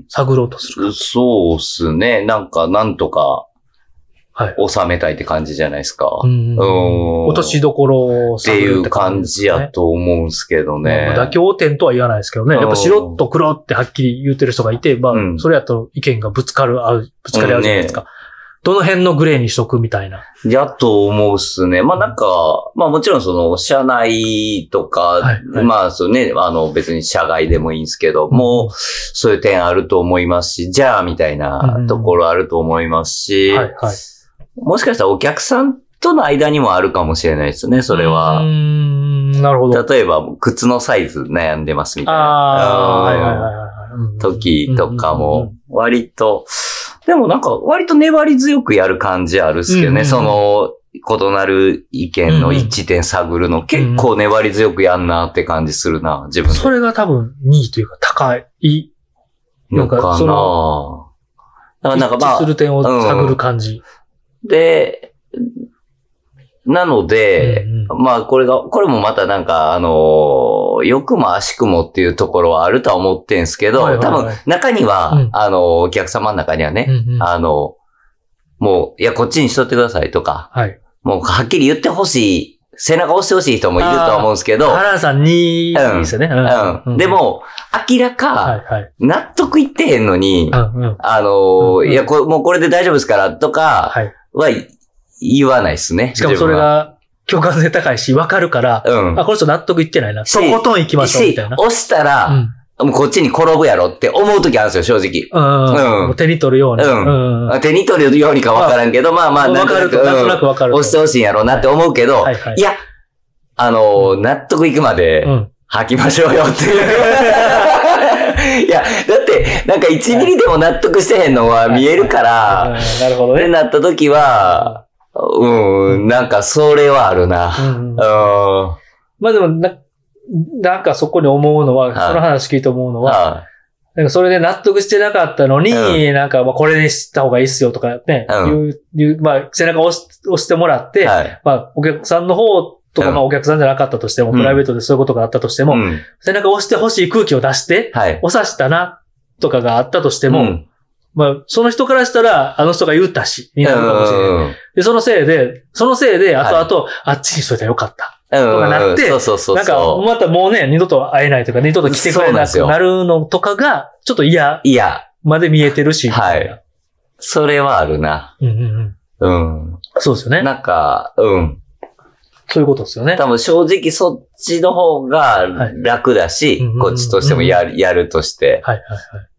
探ろうとする感じ。 そうっすね。なんか、なんとか、はい。収めたいって感じじゃないですか。うん。 落としどころを探るって感じですね。っていう感じやと思うんですけどね。 まあ、妥協点とは言わないですけどね。やっぱ白と黒ってはっきり言ってる人がいて、まあ、うん、それやと意見がぶつかる、合う、ぶつかり合うじゃないですか。うんねどの辺のグレーにしとくみたいな。 やと思うっすね。まあなんか、まあもちろんその、社内とか、はいはい、まあそうね、あの別に社外でもいいんですけど、うん、もうそういう点あると思いますし、じゃあみたいなところあると思いますし、うんはいはい、もしかしたらお客さんとの間にもあるかもしれないですね、それは。 うーんなるほど。 例えば、靴のサイズ悩んでますみたいな。あはいはいはいはい、時とかも、割と、でもなんか割と粘り強くやる感じあるっすけどね。うんうん、その異なる意見の一致点探るの、うん、結構粘り強くやんなって感じするな、自分で。 それが多分にいというか高い。 なんかその、 なんかまあ。一致する点を探る感じ。 うん、で、なので、うんうん、まあこれが、これもまたなんかあのー、良くも悪しくもっていうところはあるとは思ってんすけど、はいはいはい、多分中には、うん、あのー、お客様の中にはね、うんうん、あの、もう、いや、こっちにしとってくださいとか、はい、もうはっきり言ってほしい、背中押してほしい人もいるとは思うんですけど、 原田さんに、ですよね。うんうんうん、でも、明らか、納得いってへんのに、はいはい、あのーうんうん、いやこ、もうこれで大丈夫ですからとかは、はい言わないっすね。 しかもそれが共感性高いし、わかるから、うん、あ、この人納得いってないな。とことん行きましょうみたいな。 押したら、うん、もうこっちに転ぶやろって思う時あるんですよ、正直。 うん。うん、手に取るように。 うんうん、手に取るようにかわからんけど、まあまあ、 わかると、なんとなくわかる。 押してほしいんやろうなって思うけど、はいはいはい、いや、あのー、納得いくまで、 吐きましょうよっていう。いや、だって、なんかいちミリでも納得してへんのは見えるから、 なるほどね。 ってなった時は、うん、なんかそれはあるな。うん、 まあでもな、なんかそこに思うのは、その話聞いて思うのは、なんかそれで納得してなかったのに、うん、なんかまあこれにした方がいいっすよとかね、うん、いう、まあ背中を押し、押してもらって、はい、まあお客さんの方とか、まあお客さんじゃなかったとしても、うん、プライベートでそういうことがあったとしても、うん、背中を押してほしい空気を出して、はい、押さしたなとかがあったとしても、うん、まあその人からしたら、あの人が言ったし、になるかもしれない。で、そのせいで、そのせいで、後々、はい、あっちにしといたらよかった。とかなって、そうそうそうそうなんか、またもうね、二度と会えないというか、二度と来てくれなくなるのとかが、ちょっと嫌。嫌。まで見えてるし。 はい。それはあるな。うんうんうん。うん。 そうですよね。 なんか、うん。 そういうことですよね。 多分正直そっちの方が楽だし、はい、こっちとしてもやる、やるとして。はいはいはい。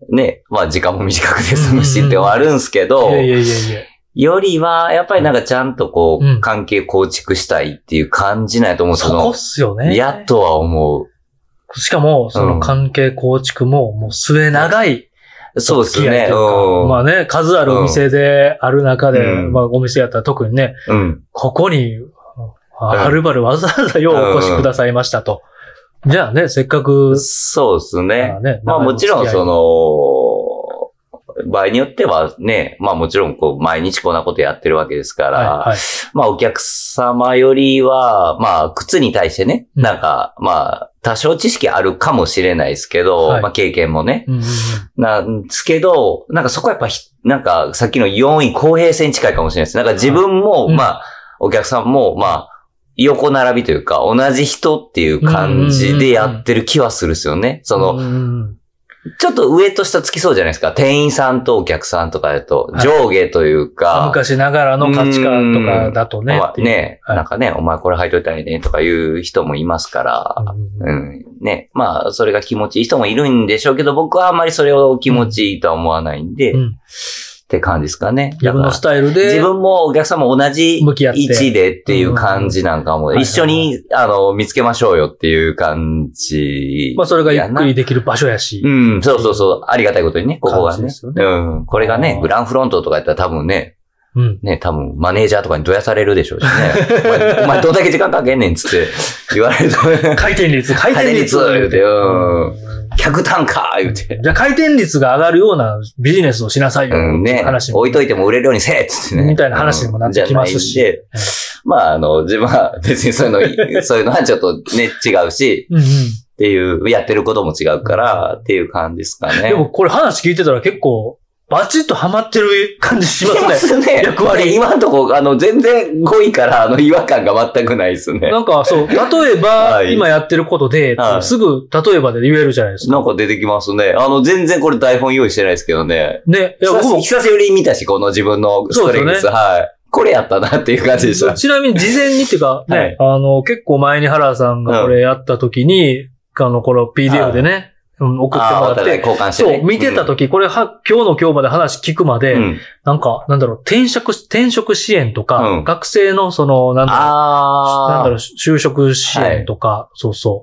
ね。まあ時間も短くて済むしってはあるんすけど、いやいやいやいや。よりは、やっぱりなんかちゃんとこう、うん、関係構築したいっていう感じないと思う。 そこっすよね。 やっとは思う。 しかも、その関係構築も、もう末長い、 うん。そうですね。 うん、まあね、数あるお店である中で、うん、まあお店やったら特にね、うん、ここに、はるばるわざわざようお越しくださいましたと。うん、じゃあね、せっかく。 そうですね。ねまあもちろんその、場合によってはね、まあもちろんこう毎日こんなことやってるわけですから、はいはい、まあお客様よりは、まあ靴に対してね、うん、なんかまあ多少知識あるかもしれないですけど、はい、まあ経験もね、うんうんうん、なんですけど、なんかそこはやっぱなんかさっきのよんい公平性に近いかもしれないです。なんか自分も、はい、まあお客さんもまあ横並びというか同じ人っていう感じでやってる気はするんですよね。その、うんうんうんちょっと上と下つきそうじゃないですか。店員さんとお客さんとかだと、上下というか。 はい、昔ながらの価値観とかだとね。 ね、はい、なんかね、お前これ履いといたらいいねとかいう人もいますから、うん、うん、ね、まあ、それが気持ちいい人もいるんでしょうけど、僕はあんまりそれを気持ちいいとは思わないんで、うん、って感じですかね。 自分のスタイルで。 自分もお客さんも同じ位置でっていう感じなんかも、一緒に、あの、見つけましょうよっていう感じ。 まあそれがゆっくりできる場所やし。 うん、そうそうそう。ありがたいことにね、ここはね。ねうん。これがね、グランフロントとかやったら多分ね、うん、ね、多分マネージャーとかにどやされるでしょうしね。お前、お前どんだけ時間かけんねんつって言われると。 回転率、回転率言うて、うん。客単価言うて。 じゃあ回転率が上がるようなビジネスをしなさいよ。 うんね。話も置いといても売れるようにせえっつってね。 みたいな話にもなってきますし。うん、 まあ、あの、自分は別にそういうの、そういうのはちょっとね、違うし。うんうんっていう、やってることも違うから、っていう感じですかね。 でもこれ話聞いてたら結構、バチッとハマってる感じしますね。ね。役割。 今のところ、あの、全然ごいから、あの、違和感が全くないですね。 なんか、そう、例えば、はい、今やってることで、はい、すぐ、例えばで言えるじゃないですか。 なんか出てきますね。あの、全然これ台本用意してないですけどね。 ね。 いや、僕も久しぶりに見たし、この自分のストレングス。ね、はい。これやったなっていう感じでした。 ちなみに事前にっていうか、ね、はい、あの、結構前に原田さんがこれやった時に、うんあの、この ピーディーエフ でね、はい、送ってもらって。 交換してね、 そう、見てたとき、うん、これは、今日の今日まで話聞くまで、うん、なんか、なんだろう、転職、転職支援とか、うん、学生のその、なんだろう、なんだろう、就職支援とか、はい、そうそう、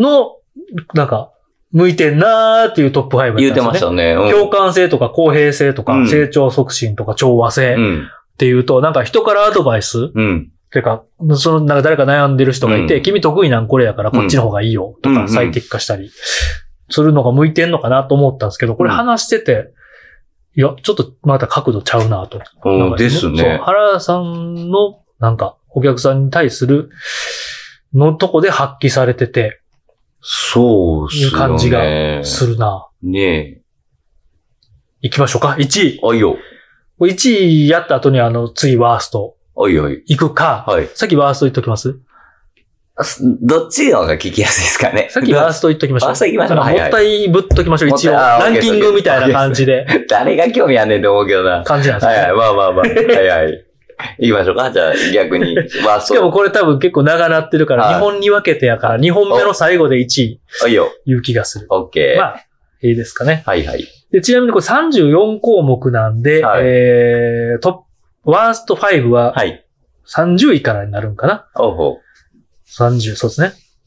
の、なんか、向いてんなーっていうトップファイブ、 ね、言ってましたね。 うん、共感性とか公平性とか、うん、成長促進とか調和性っていうと、なんか人からアドバイス、うんてか、その、なんか誰か悩んでる人がいて、うん、君得意なんこれやからこっちの方がいいよ、とか、最適化したり、するのが向いてんのかなと思ったんですけど、これ話してて、いや、ちょっとまた角度ちゃうなと。 うん、ですね。そう、 原田さんの、なんか、お客さんに対する、のとこで発揮されてて、 そうっすね。いう感じがするな。 ねえ。 行きましょうか。いちい。 あ、いいよ。 いちいやった後にあの、次ワースト。 おいおい。 行くか。はい。さっきワースト言っときますどっちのが聞きやすいですかね。 さっきワースト言っときましょう。 ワースト行きましょう。 もったいぶっときましょう。一応。ランキングみたいな感じで。 誰が興味あんねんと思うけどな。 感じなんですね。 はいはい。まあまあまあ。はいはい。行きましょうか。じゃあ逆に。ワースト。 しかもこれ多分結構長なってるから、にほんに分けてやから、にほんめの最後でいちい。いいよ。いう気がする。 オッケー。 まあ、いいですかね。 はいはい。 で、ちなみにこれさんじゅうよんこうもくなんで、はい、えー、トップ、ワーストごは、はい。さんじゅういからになるんかな。 おうほう。 さんじゅう、そうですね。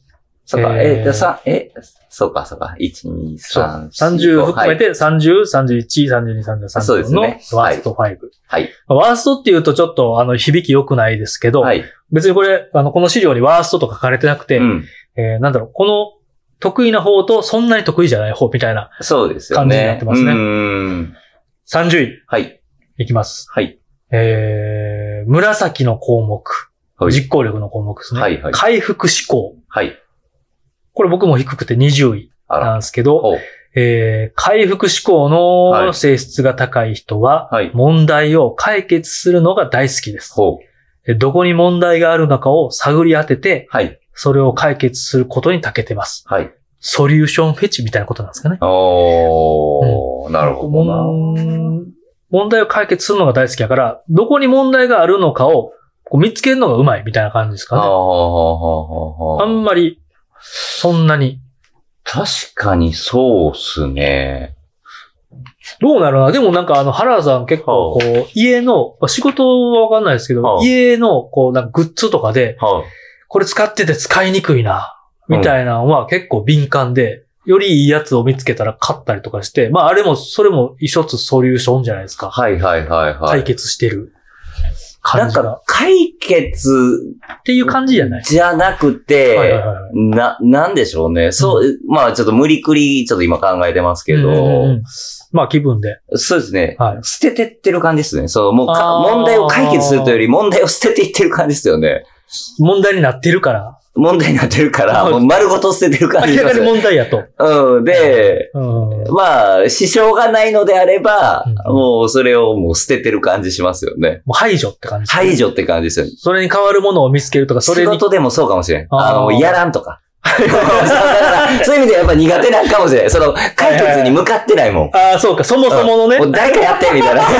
そうか、えー、さ、え、そうか、そうか、いち、に、さん、 さんじゅう含めてさんじゅう、さんじゅういち、さんじゅうに、さんじゅうさんのワーストご。はい。ワーストって言うとちょっとあの響き良くないですけど、はい、別にこれ、あの、この資料にワーストとか書かれてなくて、うん、えー、なんだろう、この得意な方とそんなに得意じゃない方みたいな感じになってますね。そうですよね。うん。さんじゅうい。はい。いきます。はい。えー、紫の項目。はい、実行力の項目ですね。はいはい。回復思考。はい。これ僕も低くてにじゅういなんですけど、えー、回復思考の性質が高い人は、問題を解決するのが大好きです。はい、どこに問題があるのかを探り当てて、はい、それを解決することに長けてます。はい、ソリューションフェチみたいなことなんですかね。おー、うん、なるほどな。問題を解決するのが大好きだから、どこに問題があるのかをこう見つけるのがうまいみたいな感じですかね。あ, あんまり、そんなに。 確かにそうっすね。 どうなるな。でもなんかあの、原田さん結構こう、はあ、家の、仕事はわかんないですけど、はあ、家のこう、なんかグッズとかで、はあ、これ使ってて使いにくいな、みたいなのは結構敏感で、うん、よりいいやつを見つけたら買ったりとかして、まああれも、それも一つソリューションじゃないですか。はいはいはいはい。解決してる。 なんか、解決っていう感じじゃないじゃなくて、はいはいはい、な、なんでしょうね。そう、うん、まあちょっと無理くり、ちょっと今考えてますけど、うんうんうん、 まあ気分で。 そうですね。はい、捨ててってる感じですね。そう、もうか問題を解決するというより問題を捨てていってる感じですよね。 問題になってるから。 問題になってるから、もう丸ごと捨ててる感じです。 明らかに問題やと。 うん。で、うん、まあ、支障がないのであれば、うん、もうそれをもう捨ててる感じしますよね。 もう排除って感じ、 ね。排除って感じですよね。 それに変わるものを見つけるとか、それに。 仕事でもそうかもしれん。あの、やらんとか。だからそういう意味ではやっぱ苦手なんかもしれない。その、解決に向かってないもん。 ああ、そうか、そもそものね。 もう誰かやってみたいな。あ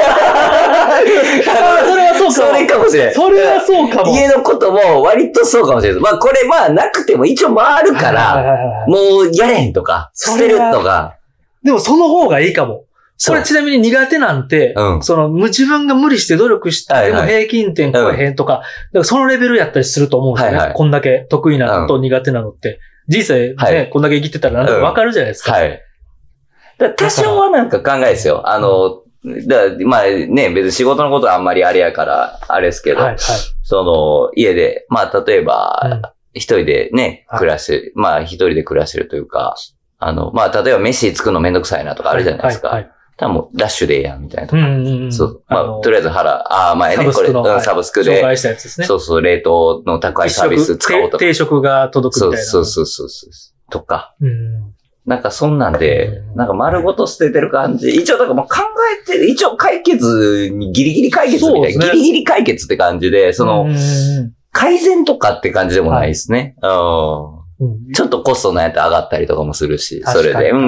それはそうかも。 それかもしれない。 それはそうかも。 家のことも割とそうかもしれない。まあこれまあなくても一応回るから、もうやれへんとか、捨てるとか。 でもその方がいいかも。これちなみに苦手なんて、うん、その自分が無理して努力しても平均点超えへんとか、はいはい、だからそのレベルやったりすると思うんですよね。はいはい、こんだけ得意なのと苦手なのって。人生ね、はい、こんだけ生きてたらなんかわかるじゃないですか。うん、はい。 だ多少はなんか考えですよ。あの、だまあね、別に仕事のことはあんまりあれやから、あれですけど、はいはい、その、家で、まあ例えば、一、うん、人でね、暮らして、まあ一人で暮らしてるというか、あの、まあ例えば飯作るのめんどくさいなとかあるじゃないですか。はいはいはい、多分もうダッシュでええやんみたいなとか。うんうんうん、そう。まあ、とりあえず腹、ああ、前ね、これ、うん、サブスクで。 紹介したやつですね。 そうそう、冷凍の宅配サービス使おうとか。 定食が届くみたいな。 そうそうそうそう。とか。うん、なんかそんなんで、うん、なんか丸ごと捨ててる感じ。一応、だからもう考えて、一応解決にギリギリ解決みたいな。ね、ギリギリ解決って感じで、その、改善とかって感じでもないですね。はい、うん、ちょっとコストのやつ上がったりとかもするし、それで。うん。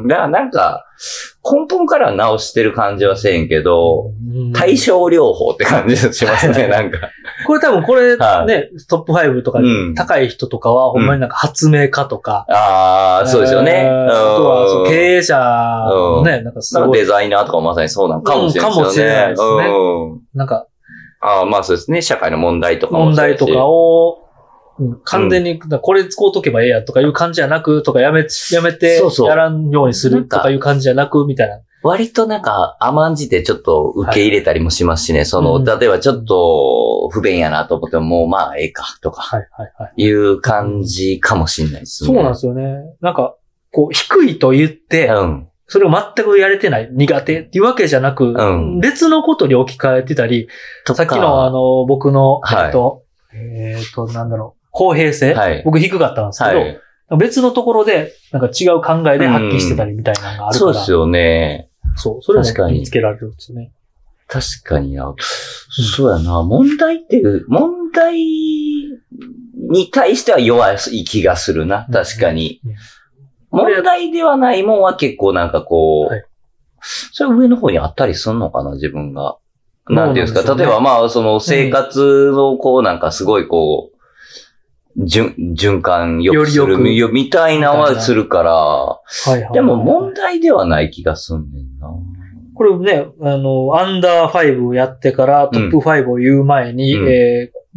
だからなんか、根本から直してる感じはせんけど、対症療法って感じしますね、なんか。 これ多分これね、はトップごとか高い人とかは、ほんまになんか発明家とか。 うん、ああ、そうですよね。 あとはそう経営者のね、 なんかすごい。デザイナーとかまさにそうなんかもしれないですよね。かもしれないですね。うん、なんか。ああ、まあそうですね。社会の問題とかも問題とかを、うん、完全に、これ使うとけばええやとかいう感じじゃなく、とかやめ、やめて、やらんようにするとかいう感じじゃなく、みたいな。 割となんか甘んじてちょっと受け入れたりもしますしね。はい、その、うん、例えばちょっと不便やなと思っても、もうまあええか、とか。はいはいはい。いう感じかもしれないですね。 そうなんですよね。なんか、こう、低いと言って、うん。それを全くやれてない、苦手っていうわけじゃなく、うん、別のことに置き換えてたり、さっきのあの、僕の、はい、えっと、えっと、なんだろう。公平性、はい、僕低かったんですけど、はい、別のところでなんか違う考えで発揮してたりみたいなのがあるから、うん、 そうですよね。 そう、それを見つけられるんですよね。 確かにな。そうやな。問題っていう、問題に対しては弱い気がするな。確かに。うんうん、問題ではないもんは結構なんかこう、はい、それ上の方にあったりすんのかな、自分が。なんていうんですか。例えばまあ、その生活のこうなんかすごいこう、循、循環よくするみたいなのはするから、はいはいはい、でも問題ではない気がすんねんな。 これね、あの、アンダーファイブをやってからトップファイブを言う前に、うん、えー、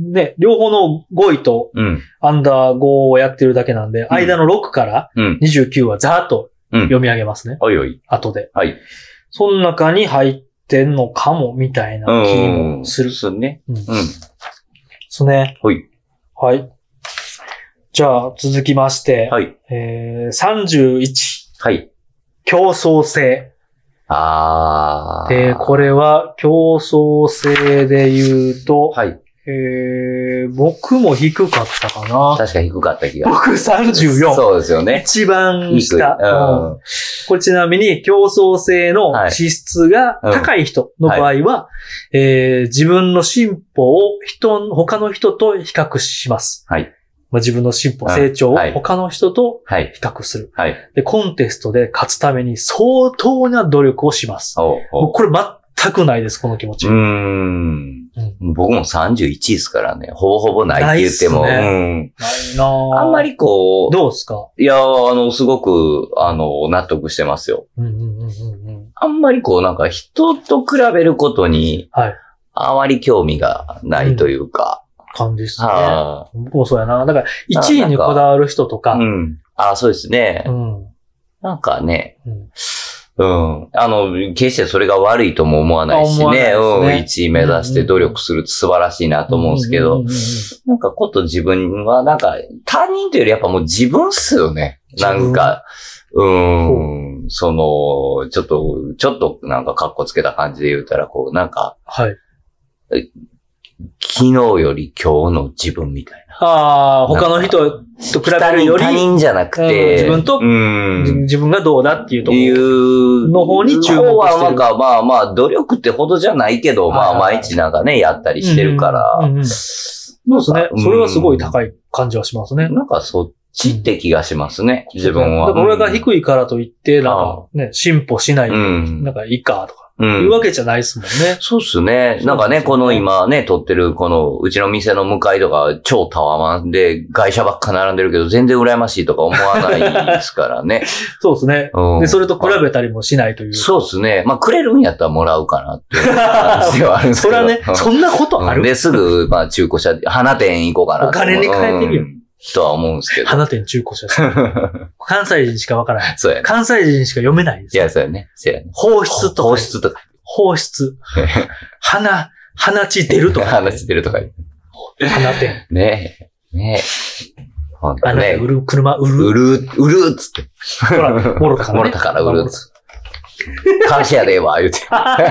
ね、両方のごいとアンダーごをやってるだけなんで、うん、間のろくからにじゅうきゅうはざーっと読み上げますね。 おいおい。 後で。 はい。 その中に入ってんのかも、みたいな気もする。 そうね。うん。 ですね。 はい。 はい。じゃあ、続きまして。 はい。 えー、さんじゅういち。 はい。 競争性。 あー。 で、これは競争性で言うと、 はい。 えー、僕も低かったかな。 確か低かった気が。 僕さんじゅうよん。 そうですよね。 一番下。 うん、 これちなみに競争性の資質が高い人の場合は、はいはいえー、自分の進歩を人、他の人と比較します。 はい。 まあ、自分の進歩、成長を他の人と比較する、 はいはい。 で。コンテストで勝つために相当な努力をします。 おうおうこれ全くないです、この気持ち。 うーんうん、僕もさんじゅういちですからね。ほぼほぼないって言っても。 ないっすね、 うん、 ないなぁ。 あんまりこう。 どうですか？ いや、あの、すごく、あの、納得してますよ。 うんうんうんうん、 あんまりこう、なんか人と比べることに、はい。あまり興味がないというか。 うん、感じですね。僕もそうやな。だから、いちいにこだわる人とか。 うん。ああ、そうですね。うん。なんかね。うんうん。あの、決してそれが悪いとも思わないしね。ねうん。いちい目指して努力するって素晴らしいなと思うんですけど、なんかこと自分は、なんか他人というよりやっぱもう自分っすよね。なんか、うん、その、ちょっと、ちょっとなんか格好つけた感じで言うたら、こう、なんか、はい。昨日より今日の自分みたいな。 ああ、他の人と比べるより。 他人じゃなくて。 自分と、うん、自分がどうだっていうところの方に注目してる。方はなんかまあまあ、努力ってほどじゃないけど、まあ毎日なんかね、やったりしてるから。 そうですね。それはすごい高い感じはしますね。 なんかそっちって気がしますね、自分は。 だから俺が低いからといって、なんかね、進歩しない、なんかいいかとか。うん。いうわけじゃないですもんね。 そうっすね。なんかね、この今ね、撮ってるこのうちの店の向かいとか超タワマンで外車ばっか並んでるけど全然羨ましいとか思わないですからね。 そうですね、うん。で、それと比べたりもしないという。 そうっすね。まあくれるんやったらもらうかなっていう感じではあるんですけど。 それはね、そんなことある、 うん、で、すぐ、まあ中古車、花店行こうかな。 お金に変えてるよ。うんとは思うんですけど。 花店中古車。関西人しかわからない。 そうやね。 関西人しか読めないです、 ね。いや、そうやね。そうやね。 放出とか。 放出とか。 放出。花、花血出るとか、ね。 花血出るとか。 花店。 ねえ。ねえ。 ほんとね。売る、車売る。 売る、売るっつって。 ほら、もろたから、ね。 もろたから売るっつって。感謝やでわ、言うて。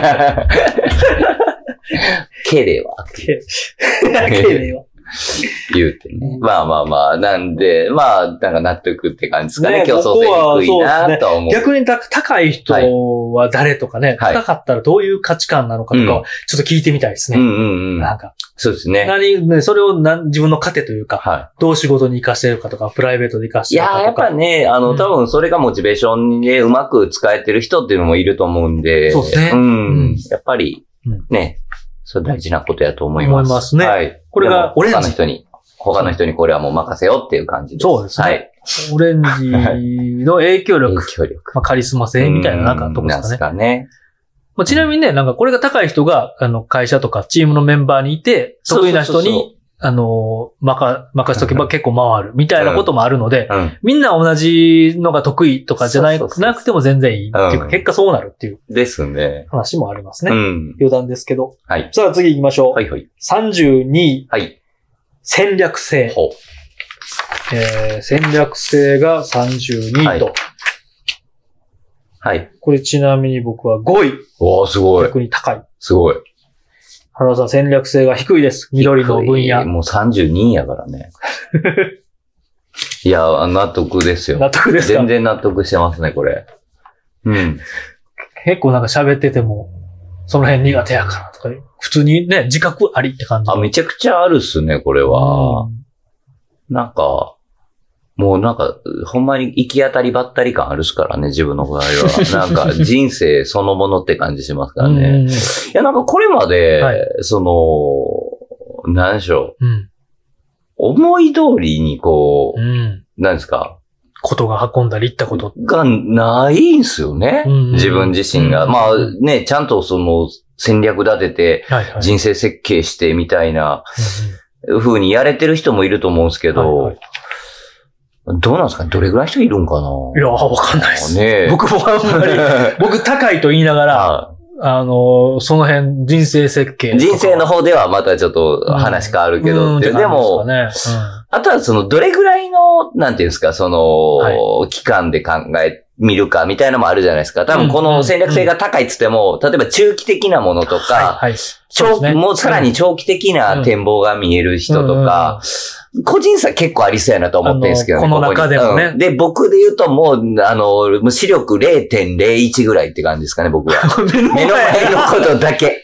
けれわ。 けれわ。 言うてね。まあまあまあ、なんで、まあ、なんか納得って感じですかね。ね競争性低いなと思う。 ね、逆に高い人は誰とかね、はい、高かったらどういう価値観なのかとかは、ちょっと聞いてみたいですね。 うんうんうん、 なんか。 そうですね。 何、ね、それをな自分の糧というか、はい、どう仕事に活かしてるかとか、プライベートで活かしてるかとか。 いや、やっぱね、あの、うん、多分それがモチベーションでうまく使えてる人っていうのもいると思うんで。 そうですね。 うん。うん、やっぱり、ね、それ大事なことやと思います。 思いますね。 はい。 これがオレンジ。 他の人に。他の人にこれはもう任せようっていう感じです。 そうですね。はい。オレンジの影響力。 影響力。 まあ、カリスマ性みたいななんかとこですかね。 なんですかね。 まあ、ちなみにね、なんかこれが高い人が、あの、会社とかチームのメンバーにいて、得意な人に、あの、任、任しとけば結構回るみたいなこともあるので、うんうん、みんな同じのが得意とかじゃなくても全然いいっていうか、結果そうなるっていう。 ですね。 話もありますね。 うん。 余談ですけど。 はい。 さあ次行きましょう。 はいはい。 さんじゅうにい。 はい。 戦略性。 ほう。 えー、戦略性がさんじゅうにいと。はい。 はい、 これちなみに僕はごい。 おー、すごい。 逆に高い。 すごい。 原田さん戦略性が低いです。緑の分野。 もうさんじゅうにいやからね。いや、納得ですよ。 納得ですか？ 全然納得してますね、これ。うん。 結構なんか喋ってても、その辺苦手やからとか、普通にね、自覚ありって感じ。 あ、めちゃくちゃあるっすね、これは。なんか、もうなんか、ほんまに行き当たりばったり感あるっすからね、自分の場合は。なんか、人生そのものって感じしますからね。いや、なんかこれまで、はい、その、なんでしょう。うん、思い通りにこう、うん、なんですか。 ことが運んだり行ったことがないんすよね。うんうん、自分自身が。うん、まあね、ちゃんとその戦略立てて、人生設計してみたいな。 風にやれてる人もいると思うんですけど、はいはい、どうなんですかね、どれぐらい人いるんかな。 いや、わかんないです。 ね、 僕もあんまり、僕高いと言いながら、はい、あの、その辺、人生設計。 人生の方ではまたちょっと話変わるけどって、うん、でも、ねうん、あとはその、どれぐらいの、なんていうんですか、その、はい、期間で考え、見るかみたいなのもあるじゃないですか。多分この戦略性が高いっつっても、うんうん、例えば中期的なものとか、はいはい長ね、もうさらに長期的な展望が見える人とか、うん、個人差結構ありそうやなと思ってるんですけどね。 この中でもね、 うん。で、僕で言うともう、あの、視力 れいてんれいいち ぐらいって感じですかね、僕は。目の前のことだけ。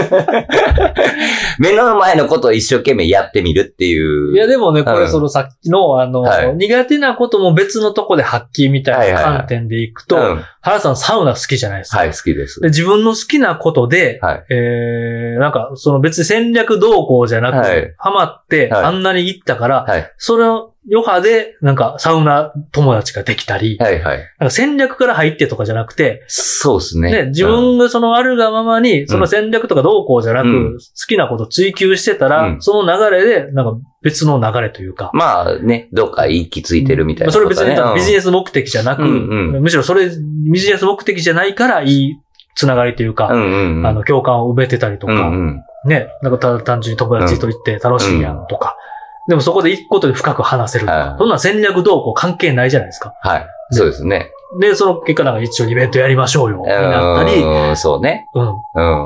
目の前のことを一生懸命やってみるっていう。 いや、でもね、これそのさっきの、あの、はい、苦手なことも別のとこで発揮みたいな観点でいくと、はいはいはい、原さんサウナ好きじゃないですか。 はい、好きです。 で自分の好きなことで、はい、えー、なんか、その別に戦略どうこうじゃなく、はい、ハマってあんなに行ったから、はい、それを余波で、なんか、サウナ友達ができたり、はいはい。なんか戦略から入ってとかじゃなくて、 そうですね。 ね、自分がそのあるがままに、その戦略とかどうこうじゃなく、うん、好きなこと追求してたら、うん、その流れで、なんか別の流れというか。 まあね、どっか行き着いてるみたいな、ね。 それ別にビジネス目的じゃなく、うんうん、むしろそれ、ビジネス目的じゃないからいいつながりというか、うんうんうん、あの、共感を埋めてたりとか、うんうん、ね、なんかただ単純に友達と行って楽しいやんとか、うん、でもそこで行くことで深く話せるとか、はい、そんな戦略どうこう関係ないじゃないですか。 はい。そうですね。 で、その結果なんか一応イベントやりましょうよ、になったり。 うん、そうね。 うん。うん。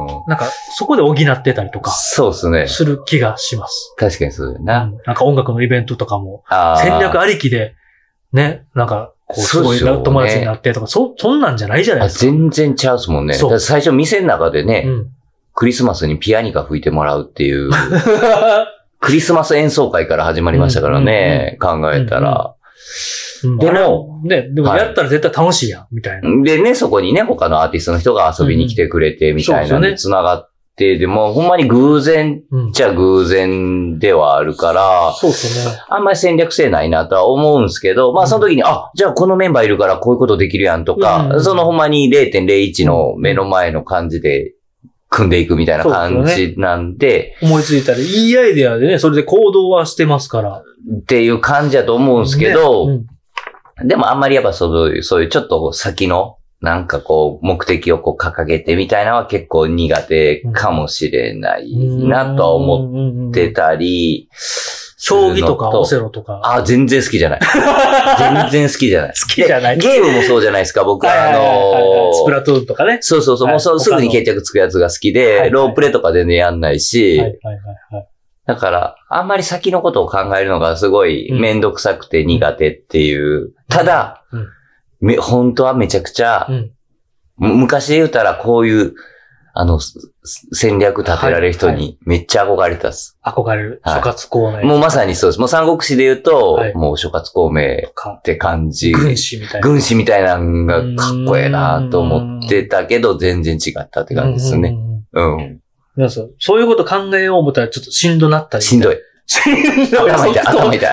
なんか、そこで補ってたりとか。 そうですね。 する気がします。 確かにそうだよな、うん。なんか音楽のイベントとかも、戦略ありきで、ね、なんか、こう、すごい友達になってとか、そ、そんなんじゃないじゃないですか。 全然ちゃうっすもんね。そう。最初店の中でね、うん、クリスマスにピアニカ吹いてもらうっていう、クリスマス演奏会から始まりましたからね、うんうんうん、考えたら。 うんうん、でも、ね、でもやったら絶対楽しいやん、みたいな。 でね、そこにね、他のアーティストの人が遊びに来てくれて、みたいなのに繋がって、でも、ほんまに偶然っちゃ偶然ではあるから、 そうですね。 あんまり戦略性ないなとは思うんですけど、まあその時に、うん、あ、じゃあこのメンバーいるからこういうことできるやんとか、うん、そのほんまに れいてんれいいち の目の前の感じで、組んでいくみたいな感じなんで。でね、 思いついたら、いいアイデアでね、それで行動はしてますから。 っていう感じだと思うんですけど、ねうん、でもあんまりやっぱそういう、そういうちょっと先の、なんかこう、目的をこう掲げてみたいなのは結構苦手かもしれないなとは思ってたり、 将棋とかオセロとか。 あ、全然好きじゃない。全然好きじゃない。 好きじゃない。 ゲームもそうじゃないですか、僕は。あのー、スプラトゥーンとかね。 そうそうそう、もうすぐに決着つくやつが好きで、ロープレとか全然やんないし、はいはいはい。だから、あんまり先のことを考えるのがすごいめんどくさくて苦手っていう。ただ、め、本当はめちゃくちゃ、昔で言うたらこういう、あの、戦略立てられる人にめっちゃ憧れたっす。 憧れる。諸葛孔明。 もうまさにそうです。もう三国志で言うと、もう諸葛孔明って感じ。 軍師みたいな。 軍師みたいなのがかっこええなと思ってたけど、全然違ったって感じですね。うん。 なんかそういうこと考えよう思ったらちょっとしんどなったり。 しんどい。しんどい。頭痛い、頭痛い。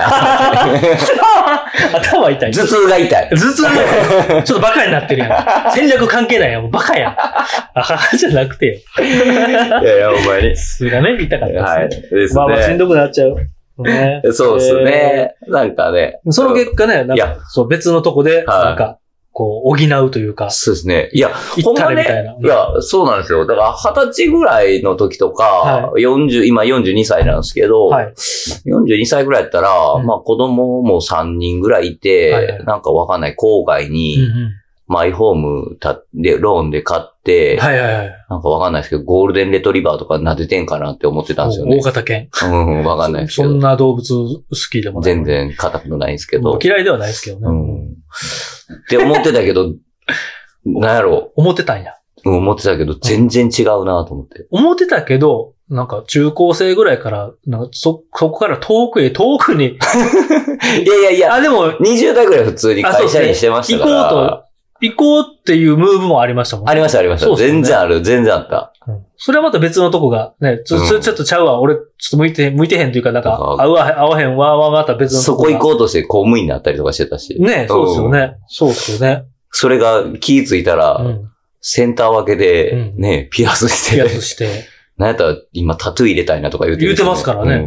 頭痛い。 頭痛が痛い。 頭痛がちょっとバカになってるやん。戦略関係ないやん。もうバカやん。あじゃなくてよ。 いやいや、お前に。 すがね、痛かったですね。はい。 ですね。 まあまあしんどくなっちゃう。ね、 そうですね。なんかね。 その結果ね、なんか、そう別のとこで、なんか、こう、補うというか。 そうですね。いや、ほんまね、いや、そうなんですよ。だから、二十歳ぐらいの時とか、はい、よんじゅう、今よんじゅうにさいなんですけど、はい、よんじゅうにさいぐらいやったら、うん、まあ子供もさんにんぐらいいて、はいはい、なんかわかんない郊外に、うんうん、マイホームたで、ローンで買って、はいはいはい、なんかわかんないですけど、ゴールデンレトリバーとか撫でてんかなって思ってたんですよね。 大型犬。 うん、わかんないですけど。 そんな動物好きでもない。 全然硬くないんですけど。 嫌いではないですけどね。うん、 って思ってたけど、なんやろう。思ってたんや。 うん、思ってたけど、全然違うなと思って、 うん。思ってたけど、なんか中高生ぐらいから、なんかそ、そこから遠くへ、遠くに。いやいやいや。 あ、でも、 にじゅうだいぐらい普通に会社にしてましたから。 行こうと、行こうっていうムーブもありましたもんね。 ありました、ありました。ね、全然ある、全然あった。 うん、それはまた別のとこが、ね、ちょ、うん、ちょっとちゃうわ。俺、ちょっと向いて、向いてへんというか、なんか、合うわ、合わへんわ、わ、また別のとこ。 そこ行こうとして公務員になったりとかしてたし。 ね、そうですよね。そうですよね。 それが気づいたら、うん、センター分けで、ね、うん、ピアスして。 ピアスして。 なんやったら今タトゥー入れたいなとか言うてる、 ね、言うてますからね。うんうん、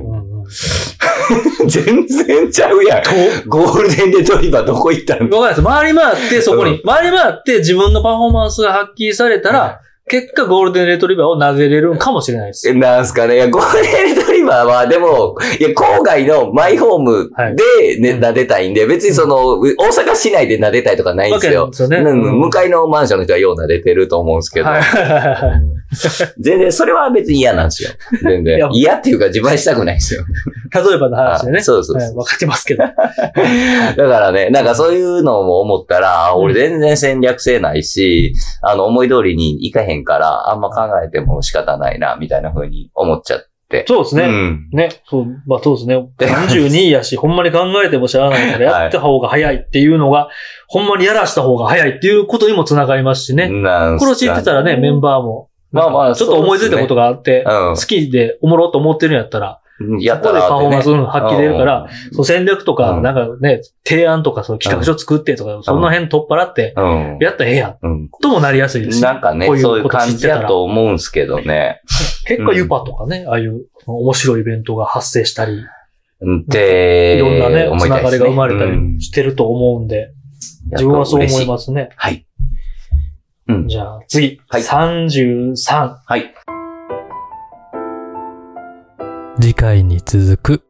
全然ちゃうやん。ゴールデンレトリバーどこ行ったの？ わかんないです。回り回ってそこに、うん、回り回って自分のパフォーマンスが発揮されたら、結果ゴールデンレトリバーを撫でれるかもしれないです。 なんすかね。いや、ゴールデンレトリバーはでも、いや、郊外のマイホームで、ね、撫でたいんで、別にその、大阪市内で撫でたいとかないんですよ。ですよね。うん、向かいのマンションの人はよう撫でてると思うんですけど。はい、全然、それは別に嫌なんですよ。全然。嫌っていうか自慢したくないですよ。 例えばの話でね。 そうそうそう。 わ、はい、かってますけど。だからね、なんかそういうのも思ったら、俺全然戦略性ないし、あの、思い通りにいかへんから、あんま考えても仕方ないな、みたいな風に思っちゃって。 そうですね。うん、ね。そう、まあそうですね。さんじゅうにやし、ほんまに考えてもしゃあないからやった方が早いっていうのが、はい、ほんまにやらした方が早いっていうことにもつながりますしね。なんこれを知ってたらね、メンバーも。まあまあ、ちょっと思いついたことがあって、ねうん、好きでおもろうと思ってるんやったら、やったら、ね。そこでパフォーマンスの発揮出るから、うん、そう戦略とか、なんかね、提案とか、その企画書作ってとか、うん、その辺取っ払って、やったらええやん。うん、ともなりやすいですし。 なんかね、こういうそういう感じだと思うんすけどね。 結果ユパとかね、ああいう面白いイベントが発生したり。 で、 いろんなね、つながりが生まれたりしてると思うんで、自分はそう思いますね。 はい。 うん、じゃあ次、はい、さんじゅうさん。 はい。 次回に続く。